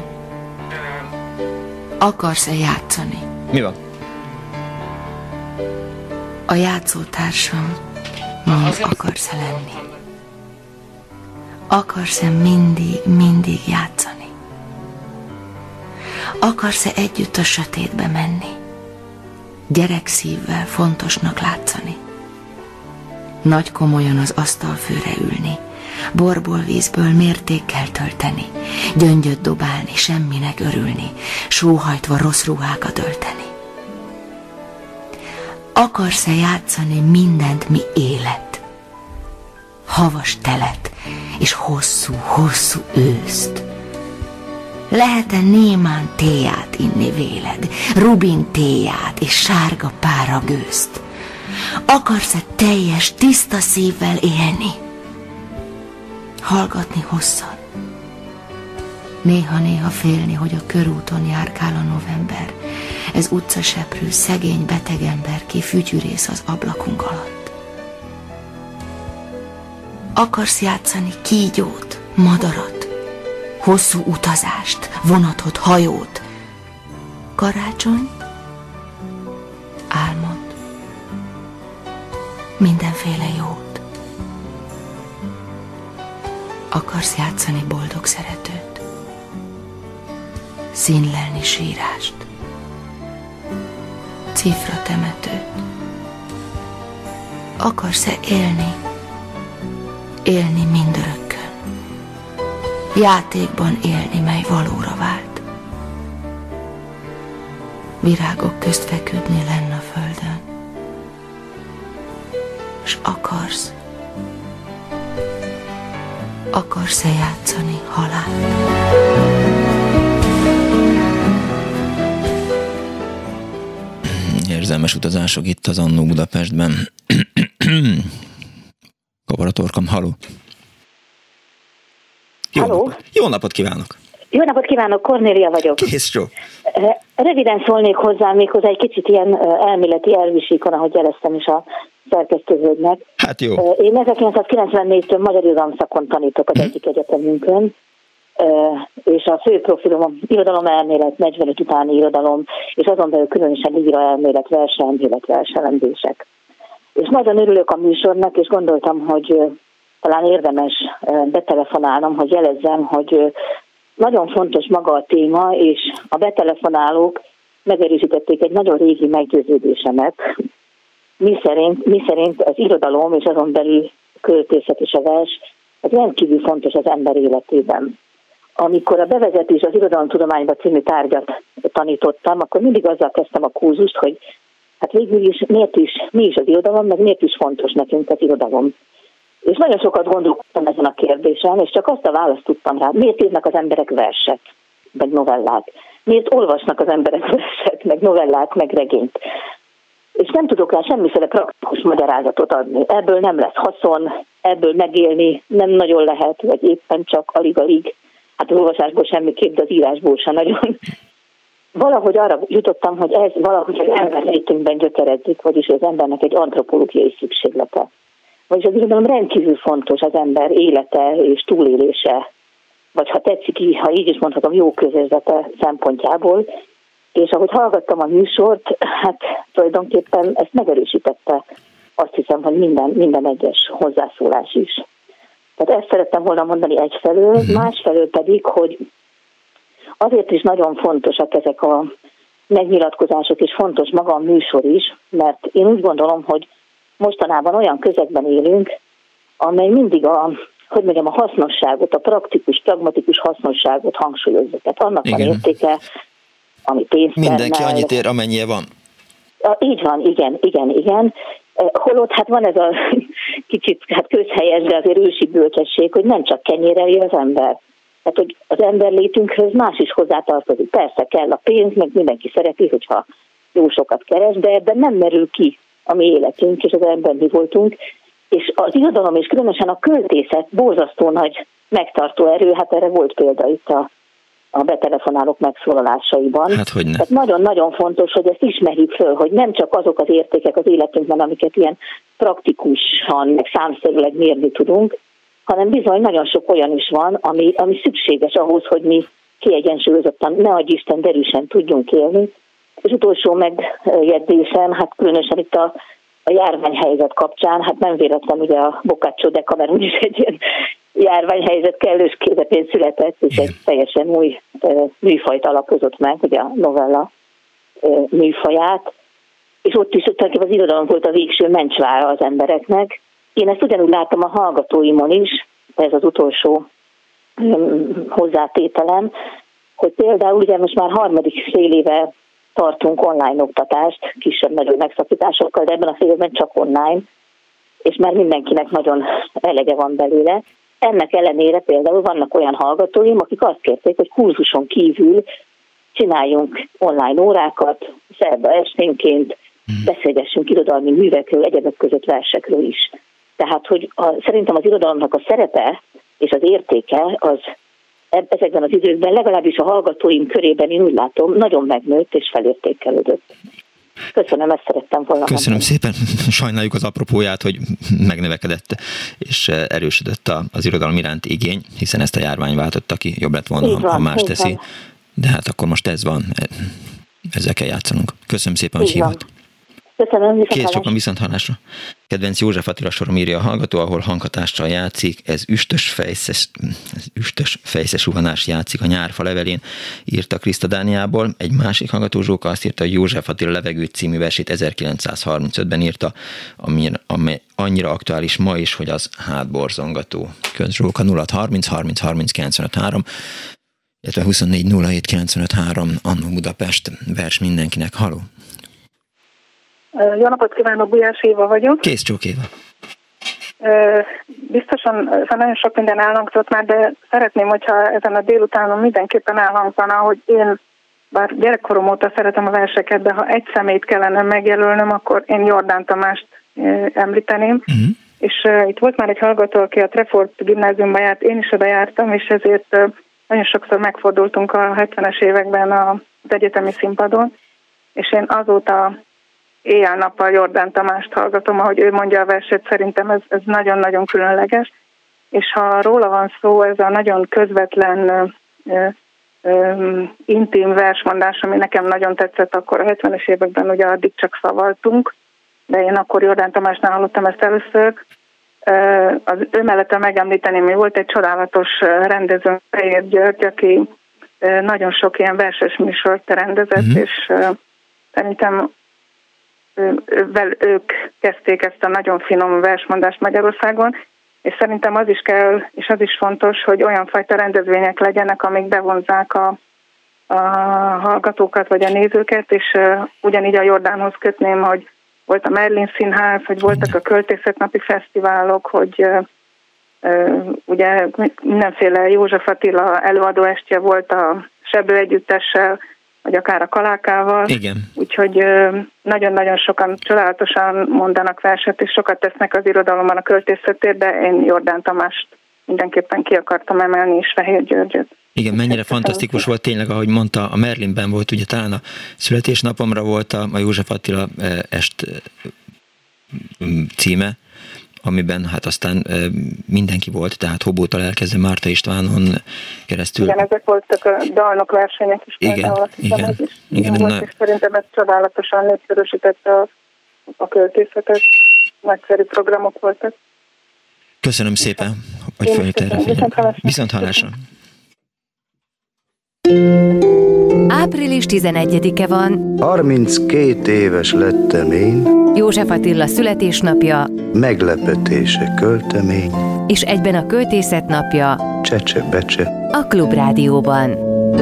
akarsz-e játszani? Mi van? A játszótársam, mondd, akarsz-e lenni? Akarsz-e mindig játszani? Akarsz-e együtt a sötétbe menni? Gyerekszívvel fontosnak látszani? Nagy komolyan az asztalfőre ülni, borból, vízből mértékkel tölteni, gyöngyöt dobálni, semminek örülni, sóhajtva rossz ruhákat ölteni. Akarsz-e játszani mindent, mi élet? Havas telet és hosszú őszt. Lehet-e némán téját inni véled, rubin téját és sárga pára gőzt? Akarsz-e teljes, tiszta szívvel élni? Hallgatni hosszan? Néha félni, hogy a körúton járkál a november. Ez utcaseprő, szegény, beteg ember, ki fütyűrész az ablakunk alatt. Akarsz játszani kígyót, madarat, hosszú utazást, vonatot, hajót? Karácsony? Álmod? Mindenféle jót. Akarsz játszani boldog szeretőt? Színlelni sírást? Cifra temetőt? Akarsz-e élni? Élni mindörökkön? Játékban élni, mely valóra vált? Virágok közt feküdni lenn a földön? S akarsz-e játszani halált? Érzelmes utazások itt az Annó Budapestben. Kabaratorkam, haló! Jó napot kívánok! Jó napot kívánok, Kornélia vagyok. Kész jó. Röviden szólnék hozzá, méghozzá egy kicsit ilyen elméleti elvisíkon, ahogy jeleztem is a szerkesztőhődnek. Hát jó. Én 1994-től magyar irodalomszakon tanítok az egyik egyetemünkön, és a fő profilom a irodalomelmélet, 45 utáni irodalom, és azon belül különösen líra elmélet, verselmélet, verselemzések. És nagyon örülök a műsornak, és gondoltam, hogy talán érdemes betelefonálnom, hogy jelezzem, hogy nagyon fontos maga a téma, és a betelefonálók megerősítették egy nagyon régi meggyőződésemet, mi szerint az irodalom és azon belül költészet és a vers, ez rendkívül fontos az ember életében. Amikor a bevezetés az irodalomtudományba című tárgyat tanítottam, akkor mindig azzal kezdtem a kurzust, hogy hát végül is mi is az irodalom, meg miért is fontos nekünk az irodalom. És nagyon sokat gondolkodtam ezen a kérdésen, és csak azt a választ tudtam rá, miért írnak az emberek verset, meg novellát, miért olvasnak az emberek verset, meg novellát, meg regényt. És nem tudok rá semmiféle praktikus magyarázatot adni. Ebből nem lesz haszon, ebből megélni nem nagyon lehet, vagy éppen csak alig-alig. Hát az olvasásból semmiképp, de az írásból sem nagyon. Valahogy arra jutottam, hogy ez valahogy az ember létünkben gyökeredzik, vagyis az embernek egy antropológiai szükséglete. Vagyis az irodalom rendkívül fontos az ember élete és túlélése, vagy ha tetszik, ha így is mondhatom, jó közérzete szempontjából. És ahogy hallgattam a műsort, hát tulajdonképpen ezt megerősítette azt hiszem, hogy minden egyes hozzászólás is. Tehát ezt szerettem volna mondani egyfelől, másfelől pedig, hogy azért is nagyon fontosak ezek a megnyilatkozások, és fontos maga a műsor is, mert én úgy gondolom, hogy mostanában olyan közegben élünk, amely mindig a hasznosságot, a praktikus, pragmatikus hasznosságot hangsúlyozza. Tehát annak van értéke, ami pénzt mindenki annyit ér, amennyie van. Így van, igen. Holott hát van ez a kicsit közhelyes, de azért ősi bölcsesség, hogy nem csak kenyérrel él az ember. Tehát, hogy az emberlétünkhöz más is hozzátartozik. Persze kell a pénz, meg mindenki szereti, hogyha jó sokat keres, de ebben nem merül ki a mi életünk, és az ember mi voltunk. És az irodalom, és különösen a költészet borzasztó nagy megtartó erő, hát erre volt példa itt a betelefonálók megszólalásaiban. Hát hogyne. Tehát nagyon-nagyon fontos, hogy ezt ismerjük föl, hogy nem csak azok az értékek az életünkben, amiket ilyen praktikusan, meg számszerűleg mérni tudunk, hanem bizony nagyon sok olyan is van, ami szükséges ahhoz, hogy mi kiegyensúlyozottan, ne adj Isten, derűsen tudjunk élni. És utolsó megjegyzésem, hát különösen itt a járványhelyzet kapcsán, hát nem véletlen ugye a Boccaccio Decameron is egy ilyen járványhelyzet kellős közepén született, és egy teljesen új műfajt alapozott meg, ugye a novella műfaját, és ott is tulajdonképpen az irodalom volt a végső mencsvára az embereknek. Én ezt ugyanúgy láttam a hallgatóimon is, ez az utolsó hozzátételem, hogy például ugye most már harmadik fél éve tartunk online oktatást, kisebb-nagyobb megszakításokkal, de ebben a fél évben csak online, és már mindenkinek nagyon elege van belőle. Ennek ellenére például vannak olyan hallgatóim, akik azt kérték, hogy kurzuson kívül csináljunk online órákat, szerda esténként, beszélgessünk irodalmi művekről, egyebek között versekről is. Tehát, hogy szerintem az irodalomnak a szerepe és az értéke az ezekben az időkben, legalábbis a hallgatóim körében én úgy látom, nagyon megnőtt és felértékelődött. Köszönöm, ezt szerettem volna. Köszönöm szépen. Sajnáljuk az apropóját, hogy megnövekedett és erősödött az irodalom iránt igény, hiszen ezt a járvány váltotta ki, jobb lett volna, ha más teszi. Van. De hát akkor most ez van, ezzel kell játszanunk. Köszönöm szépen, hogy hívott. Köszönöm, kész sokan viszonthallásra. Kedvenc József Attila sorom, írja a hallgató, ahol hanghatással játszik, ez üstös fejszes suhanás játszik a nyárfa levelén, írta Kriszta Dániából. Egy másik hallgató Zsóka azt írta, hogy József Attila Levegő című versét 1935-ben írta, ami annyira aktuális ma is, hogy az hátborzongató. Köz Zsóka 0630 30 30 953, illetve 24 07 953, Annó Budapest, vers mindenkinek. Halló! Jó napot kívánok, Gulyás Éva vagyok. Kész Csók Éva. Biztosan nagyon sok minden elhangzott már, de szeretném, hogyha ezen a délutánon mindenképpen elhangzana, hogy én, bár gyerekkorom óta szeretem a verseket, de ha egy személyt kellene megjelölnöm, akkor én Jordán Tamást említeném. És itt volt már egy hallgató, aki a Trefort gimnáziumban járt, én is oda jártam, és ezért nagyon sokszor megfordultunk a 70-es években az egyetemi színpadon, és én azóta éjjel-nappal Jordán Tamást hallgatom, ahogy ő mondja a verset, szerintem ez nagyon-nagyon különleges, és ha róla van szó, ez a nagyon közvetlen, intim versmondás, ami nekem nagyon tetszett, akkor a 70-es években ugye addig csak szavaltunk, de én akkor Jordán Tamásnál hallottam ezt először. Az ő mellett megemlíteném, hogy volt egy csodálatos rendező, Fehér György, aki nagyon sok ilyen verses műsort rendezett, és szerintem ők kezdték ezt a nagyon finom versmondást Magyarországon, és szerintem az is kell, és az is fontos, hogy olyan fajta rendezvények legyenek, amik bevonzák a hallgatókat vagy a nézőket, és ugyanígy a Jordánhoz kötném, hogy volt a Merlin Színház, hogy voltak a költészetnapi fesztiválok, hogy ugye mindenféle József Attila előadóestje volt a Sebbő együttessel, vagy akár a Kalákával. Igen. Úgyhogy nagyon-nagyon sokan csodálatosan mondanak verset, és sokat tesznek az irodalomban a költészetért, de én Jordán Tamást mindenképpen ki akartam emelni, és Fehér Györgyöt. Igen, mennyire fantasztikus volt tényleg, ahogy mondta, a Merlinben volt, ugye talán a születésnapomra volt a József Attila est címe, amiben hát aztán mindenki volt, tehát Hobótól elkezdve Márta Istvánon keresztül. Igen, ezek voltak a dalnok versenyek is. Igen. És szerintem ez csodálatosan népszerűsítette a költészetet. Nagyszerű programok voltak. Köszönöm szépen, hogy felhívtál erre. Viszont hallásra. Április 11-e van. 32 éves lettem én. József Attila születésnapja. Meglepetése költemény. És egyben a költészet napja. Csecse-becse. A Klubrádióban.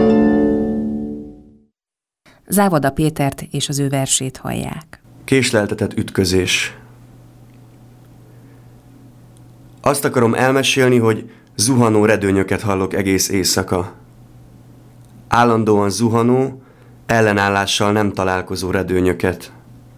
Závoda Pétert és az ő versét hallják. Késleltetett ütközés. Azt akarom elmesélni, hogy zuhanó redőnyöket hallok egész éjszaka. Állandóan zuhanó, ellenállással nem találkozó redőnyöket.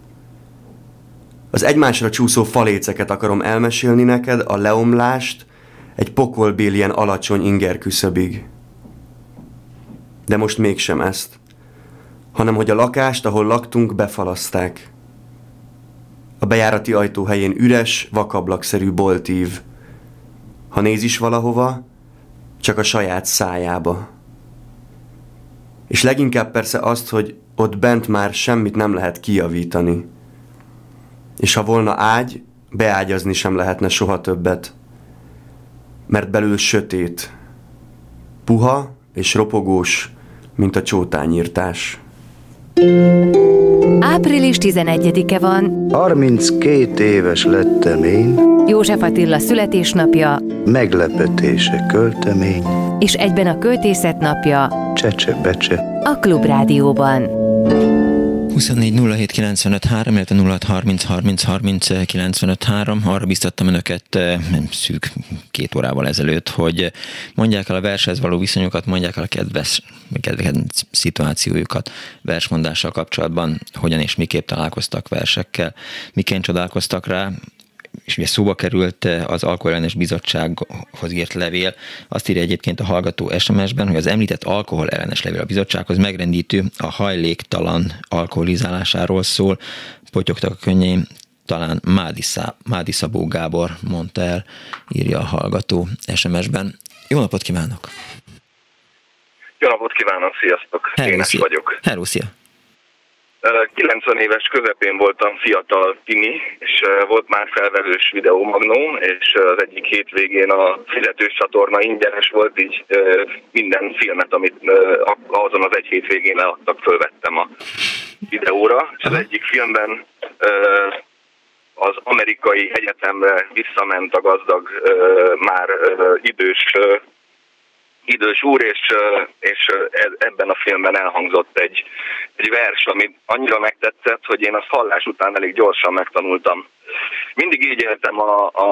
Az egymásra csúszó faléceket akarom elmesélni neked, a leomlást egy pokolbélien alacsony inger küszöbig. De most mégsem ezt, hanem hogy a lakást, ahol laktunk, befalaszták. A bejárati ajtó helyén üres, vakablakszerű boltív. Ha néz is valahova, csak a saját szájába. És leginkább persze azt, hogy ott bent már semmit nem lehet kijavítani. És ha volna ágy, beágyazni sem lehetne soha többet. Mert belül sötét, puha és ropogós, mint a csótányírtás. Április 11-e van. 32 éves lettem én. József Attila születésnapja. Meglepetése költemény. És egyben a költészet napja. Csecse-becse. A Klubrádióban. 24 07 95 3, illetve 06 30 30 30 95 3. Arra biztattam önöket szűk 2 órával ezelőtt, hogy mondják el a vershez való viszonyukat, mondják el a kedves szituációjukat versmondással kapcsolatban, hogyan és miképp találkoztak versekkel, miként csodálkoztak rá. És ugye szóba került az Alkoholellenes Bizottsághoz írt levél. Azt írja egyébként a hallgató SMS-ben, hogy az említett alkoholellenes levél a bizottsághoz megrendítő, a hajléktalan alkoholizálásáról szól. Potyogtak a könnyeim, talán Mádi Szabó Gábor mondta el, írja a hallgató SMS-ben. Jó napot kívánok! Jó napot kívánok, sziasztok! Énes vagyok. Hello, szia! 90 éves közepén voltam fiatal tini, és volt már felvevős videómagnó, és az egyik hétvégén a fizetős csatorna ingyenes volt, így minden filmet, amit azon az egy hétvégén leadtak, fölvettem a videóra, és az egyik filmben az amerikai egyetemre visszament a gazdag, már idős úr, és ebben a filmben elhangzott egy vers, ami annyira megtetszett, hogy én azt hallás után elég gyorsan megtanultam. Mindig így éltem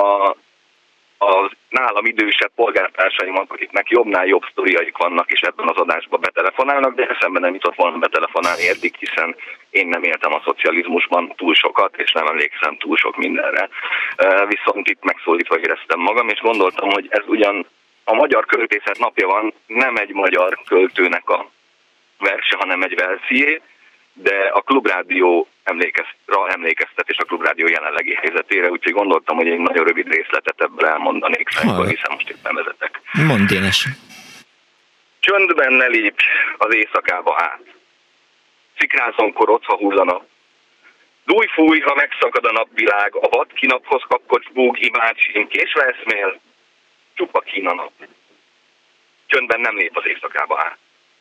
az nálam idősebb polgártársaimat, akiknek jobbnál jobb sztoriaik vannak, és ebben az adásban betelefonálnak, de eszembe nem jutott volna betelefonálni eddig, hiszen én nem éltem a szocializmusban túl sokat, és nem emlékszem túl sok mindenre. Viszont itt megszólítva éreztem magam, és gondoltam, hogy ez ugyan a Magyar Költészet napja van, nem egy magyar költőnek a verse, hanem egy verszié, de a Klubrádió emlékeztet, és a Klubrádió jelenlegi helyzetére, úgyhogy gondoltam, hogy egy nagyon rövid részletet ebből elmondanék, hiszen most éppen vezetek. Mondd, Dénes! Csöndben ne lépj az éjszakába át. Szikrázomkor ottha hull a nap. Dúj-fúj, ha megszakad a napvilág, a vad kinaphoz kapkodsz búg, imácsim, késve eszmél, csupa kín a nap. Csöndben nem lép az éjszakába át.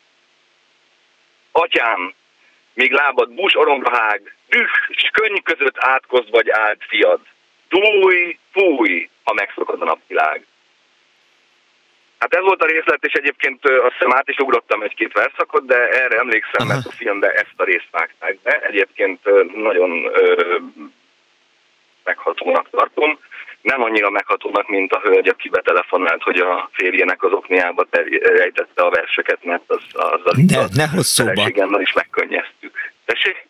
Atyám, míg lábad bús oromra hág, düh, s könny között átkozd vagy áld fiad. Dúj, fúj, ha megszakad a napvilág. Hát ez volt a részlet, és egyébként azt hiszem át is ugrottam egy-két verszakot, de erre emlékszem, mert a filmben ezt a részt vágták be. Egyébként nagyon meghatónak tartom. Nem annyira meghatónak, mint a hölgy, aki betelefonált, hogy a férjének az okniába rejtette a verseket, mert ne hozz szóba. Feleségemmel is megkönnyeztük. Tessék?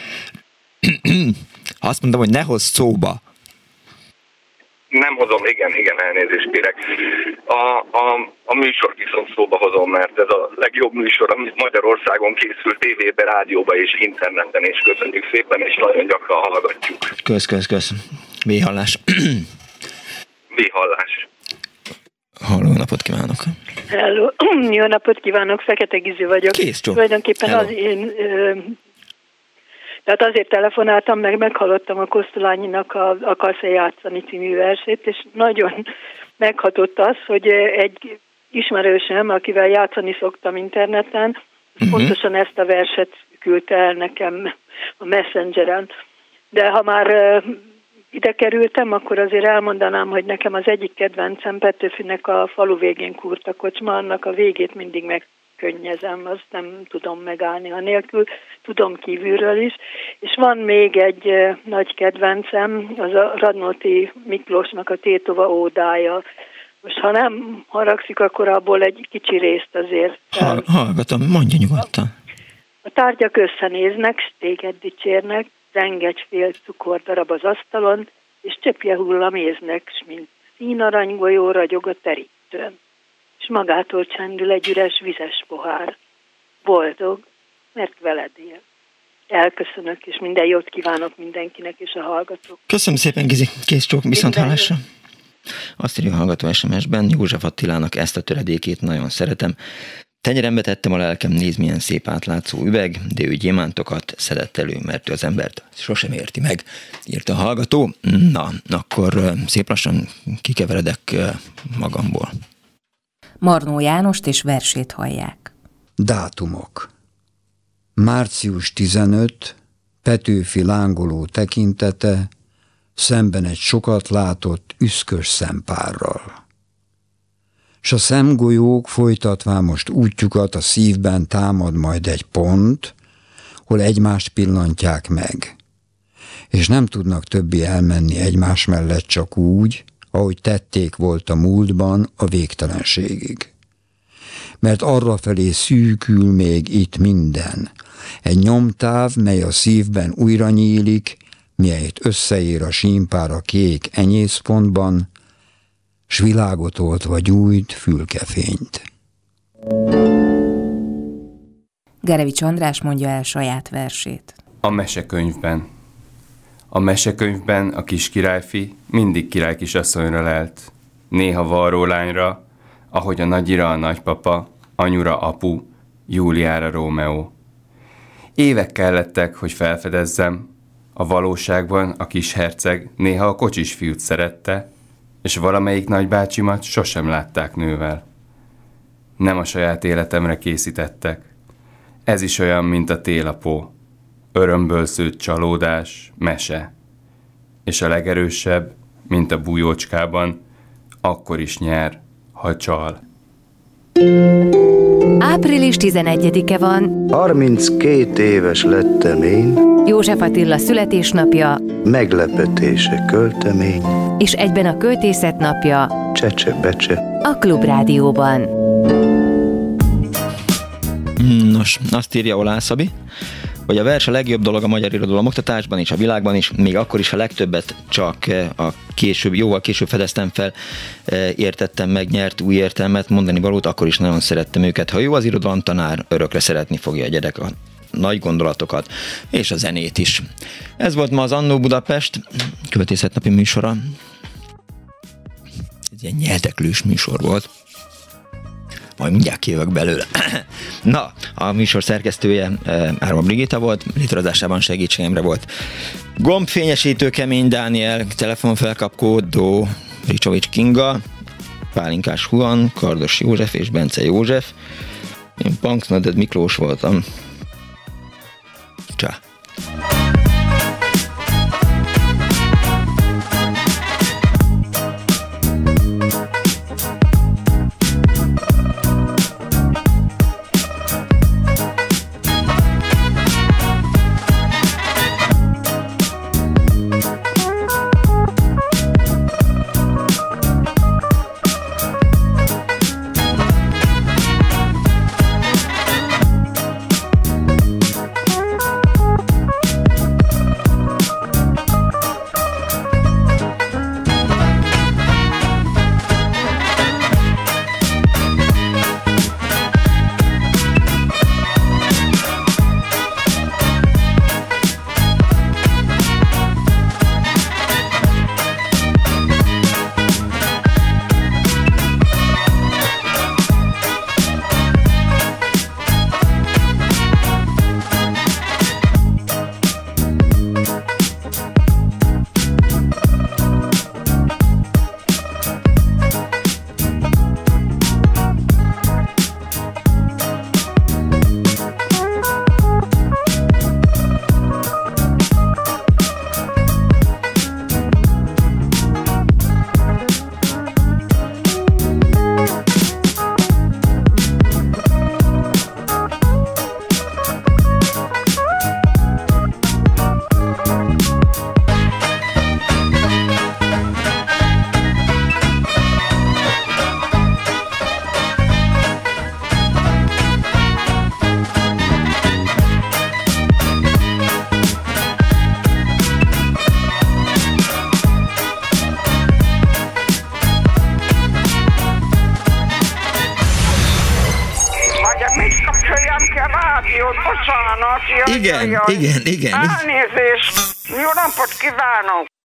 Azt mondom, hogy ne hozz szóba. Nem hozom, igen, elnézést kérek. A műsor viszont szóba hozom, mert ez a legjobb műsor, amit Magyarországon készül tévében, rádióban és interneten, és köszönjük szépen, és nagyon gyakran hallgatjuk. Kösz. V-hallás. V-hallás. Halló, napot kívánok. Hello. Jó napot kívánok, Fekete Gizi vagyok. Kész, csó. Tulajdonképpen az én Tehát azért telefonáltam, meghallottam a Kosztolányinak a Akarsz-e játszani című versét, és nagyon meghatott az, hogy egy ismerősöm, akivel játszani szoktam interneten, pontosan ezt a verset küldte el nekem a Messengeren. De ha már ide kerültem, akkor azért elmondanám, hogy nekem az egyik kedvencem Petőfinek a Falu végén kúrta kocsma, annak a végét mindig megkönnyezem, azt nem tudom megállni anélkül, tudom kívülről is. És van még egy nagy kedvencem, az a Radnóti Miklósnak a Tétova ódája. Most ha nem haragszik, akkor abból egy kicsi részt azért. Hallgatom, mondja nyugodtan. A tárgyak összenéznek, s téged dicsérnek, rengeteg fél cukordarab az asztalon, és csöpje hull a méznek, s mint színaranygolyó ragyog a terítőn. És magától csendül egy üres vizes pohár. Boldog, mert veled él. Elköszönök, és minden jót kívánok mindenkinek és a hallgatók. Köszönöm szépen, Gizi. Kész csók, viszonthallásra. Azt írja a hallgató SMS-ben, József Attilának ezt a töredékét nagyon szeretem. Tenyerembe tettem a lelkem, nézd milyen szép átlátszó üveg, de ő gyémántokat szedett elő, mert ő az embert sosem érti meg, írta a hallgató. Na, akkor szép lassan kikeveredek magamból. Marnó Jánost és versét hallják. Dátumok. Március 15, Petőfi lángoló tekintete, szemben egy sokat látott üszkös szempárral. S a szemgolyók folytatván most útjukat a szívben támad majd egy pont, hol egymást pillantják meg, és nem tudnak többé elmenni egymás mellett csak úgy, ahogy tették volt a múltban a végtelenségig. Mert arrafelé szűkül még itt minden, egy nyomtáv, mely a szívben újra nyílik, mielyet összeér a símpár a kék enyészpontban, s világot oltva gyújt fülkefényt. Gerevics András mondja el saját versét. A mesekönyvben. A mesekönyvben a kis királyfi mindig királykisasszonyra lelt. Néha varrólányra, ahogy a nagyira a nagypapa, anyura apu, Júliára Rómeó. Évek kellettek, hogy felfedezzem, a valóságban a kis herceg néha a kocsis fiút szerette, és valamelyik nagybácsimat sosem látták nővel. Nem a saját életemre készítettek. Ez is olyan, mint a télapó. Örömből szőtt csalódás, mese. És a legerősebb, mint a bujócskában, akkor is nyer, ha csal. Április 11-e van. 32 éves lettem én. József Attila születésnapja. Meglepetése költemény. És egyben a költészet napja. Csecse-becse. A Klubrádióban. Nos, azt írja Oláh Szabi, hogy a vers a legjobb dolog a magyar irodalom oktatásban és a világban is, még akkor is, ha legtöbbet csak a jóval később fedeztem fel, értettem meg, nyert új értelmet, mondani valót, akkor is nagyon szerettem őket. Ha jó az irodalom tanár, örökre szeretni fogja a gyerek a nagy gondolatokat, és a zenét is. Ez volt ma az Annó Budapest költészetnapi műsora. Ez ilyen nyelteklős műsor volt. Majd mindjárt kijövök belőle. Na, a műsor szerkesztője Árva Brigitta volt, létrehozásában segítségemre volt gombfényesítő Kemény Dániel, telefonfelkapkódó Ricsovics Kinga, Pálinkás Huan, Kardos József és Bence József. Én Punksnodded Miklós voltam. Csá! rádiót, bocsánat. Igen. Elnézést. Jó napot kívánok.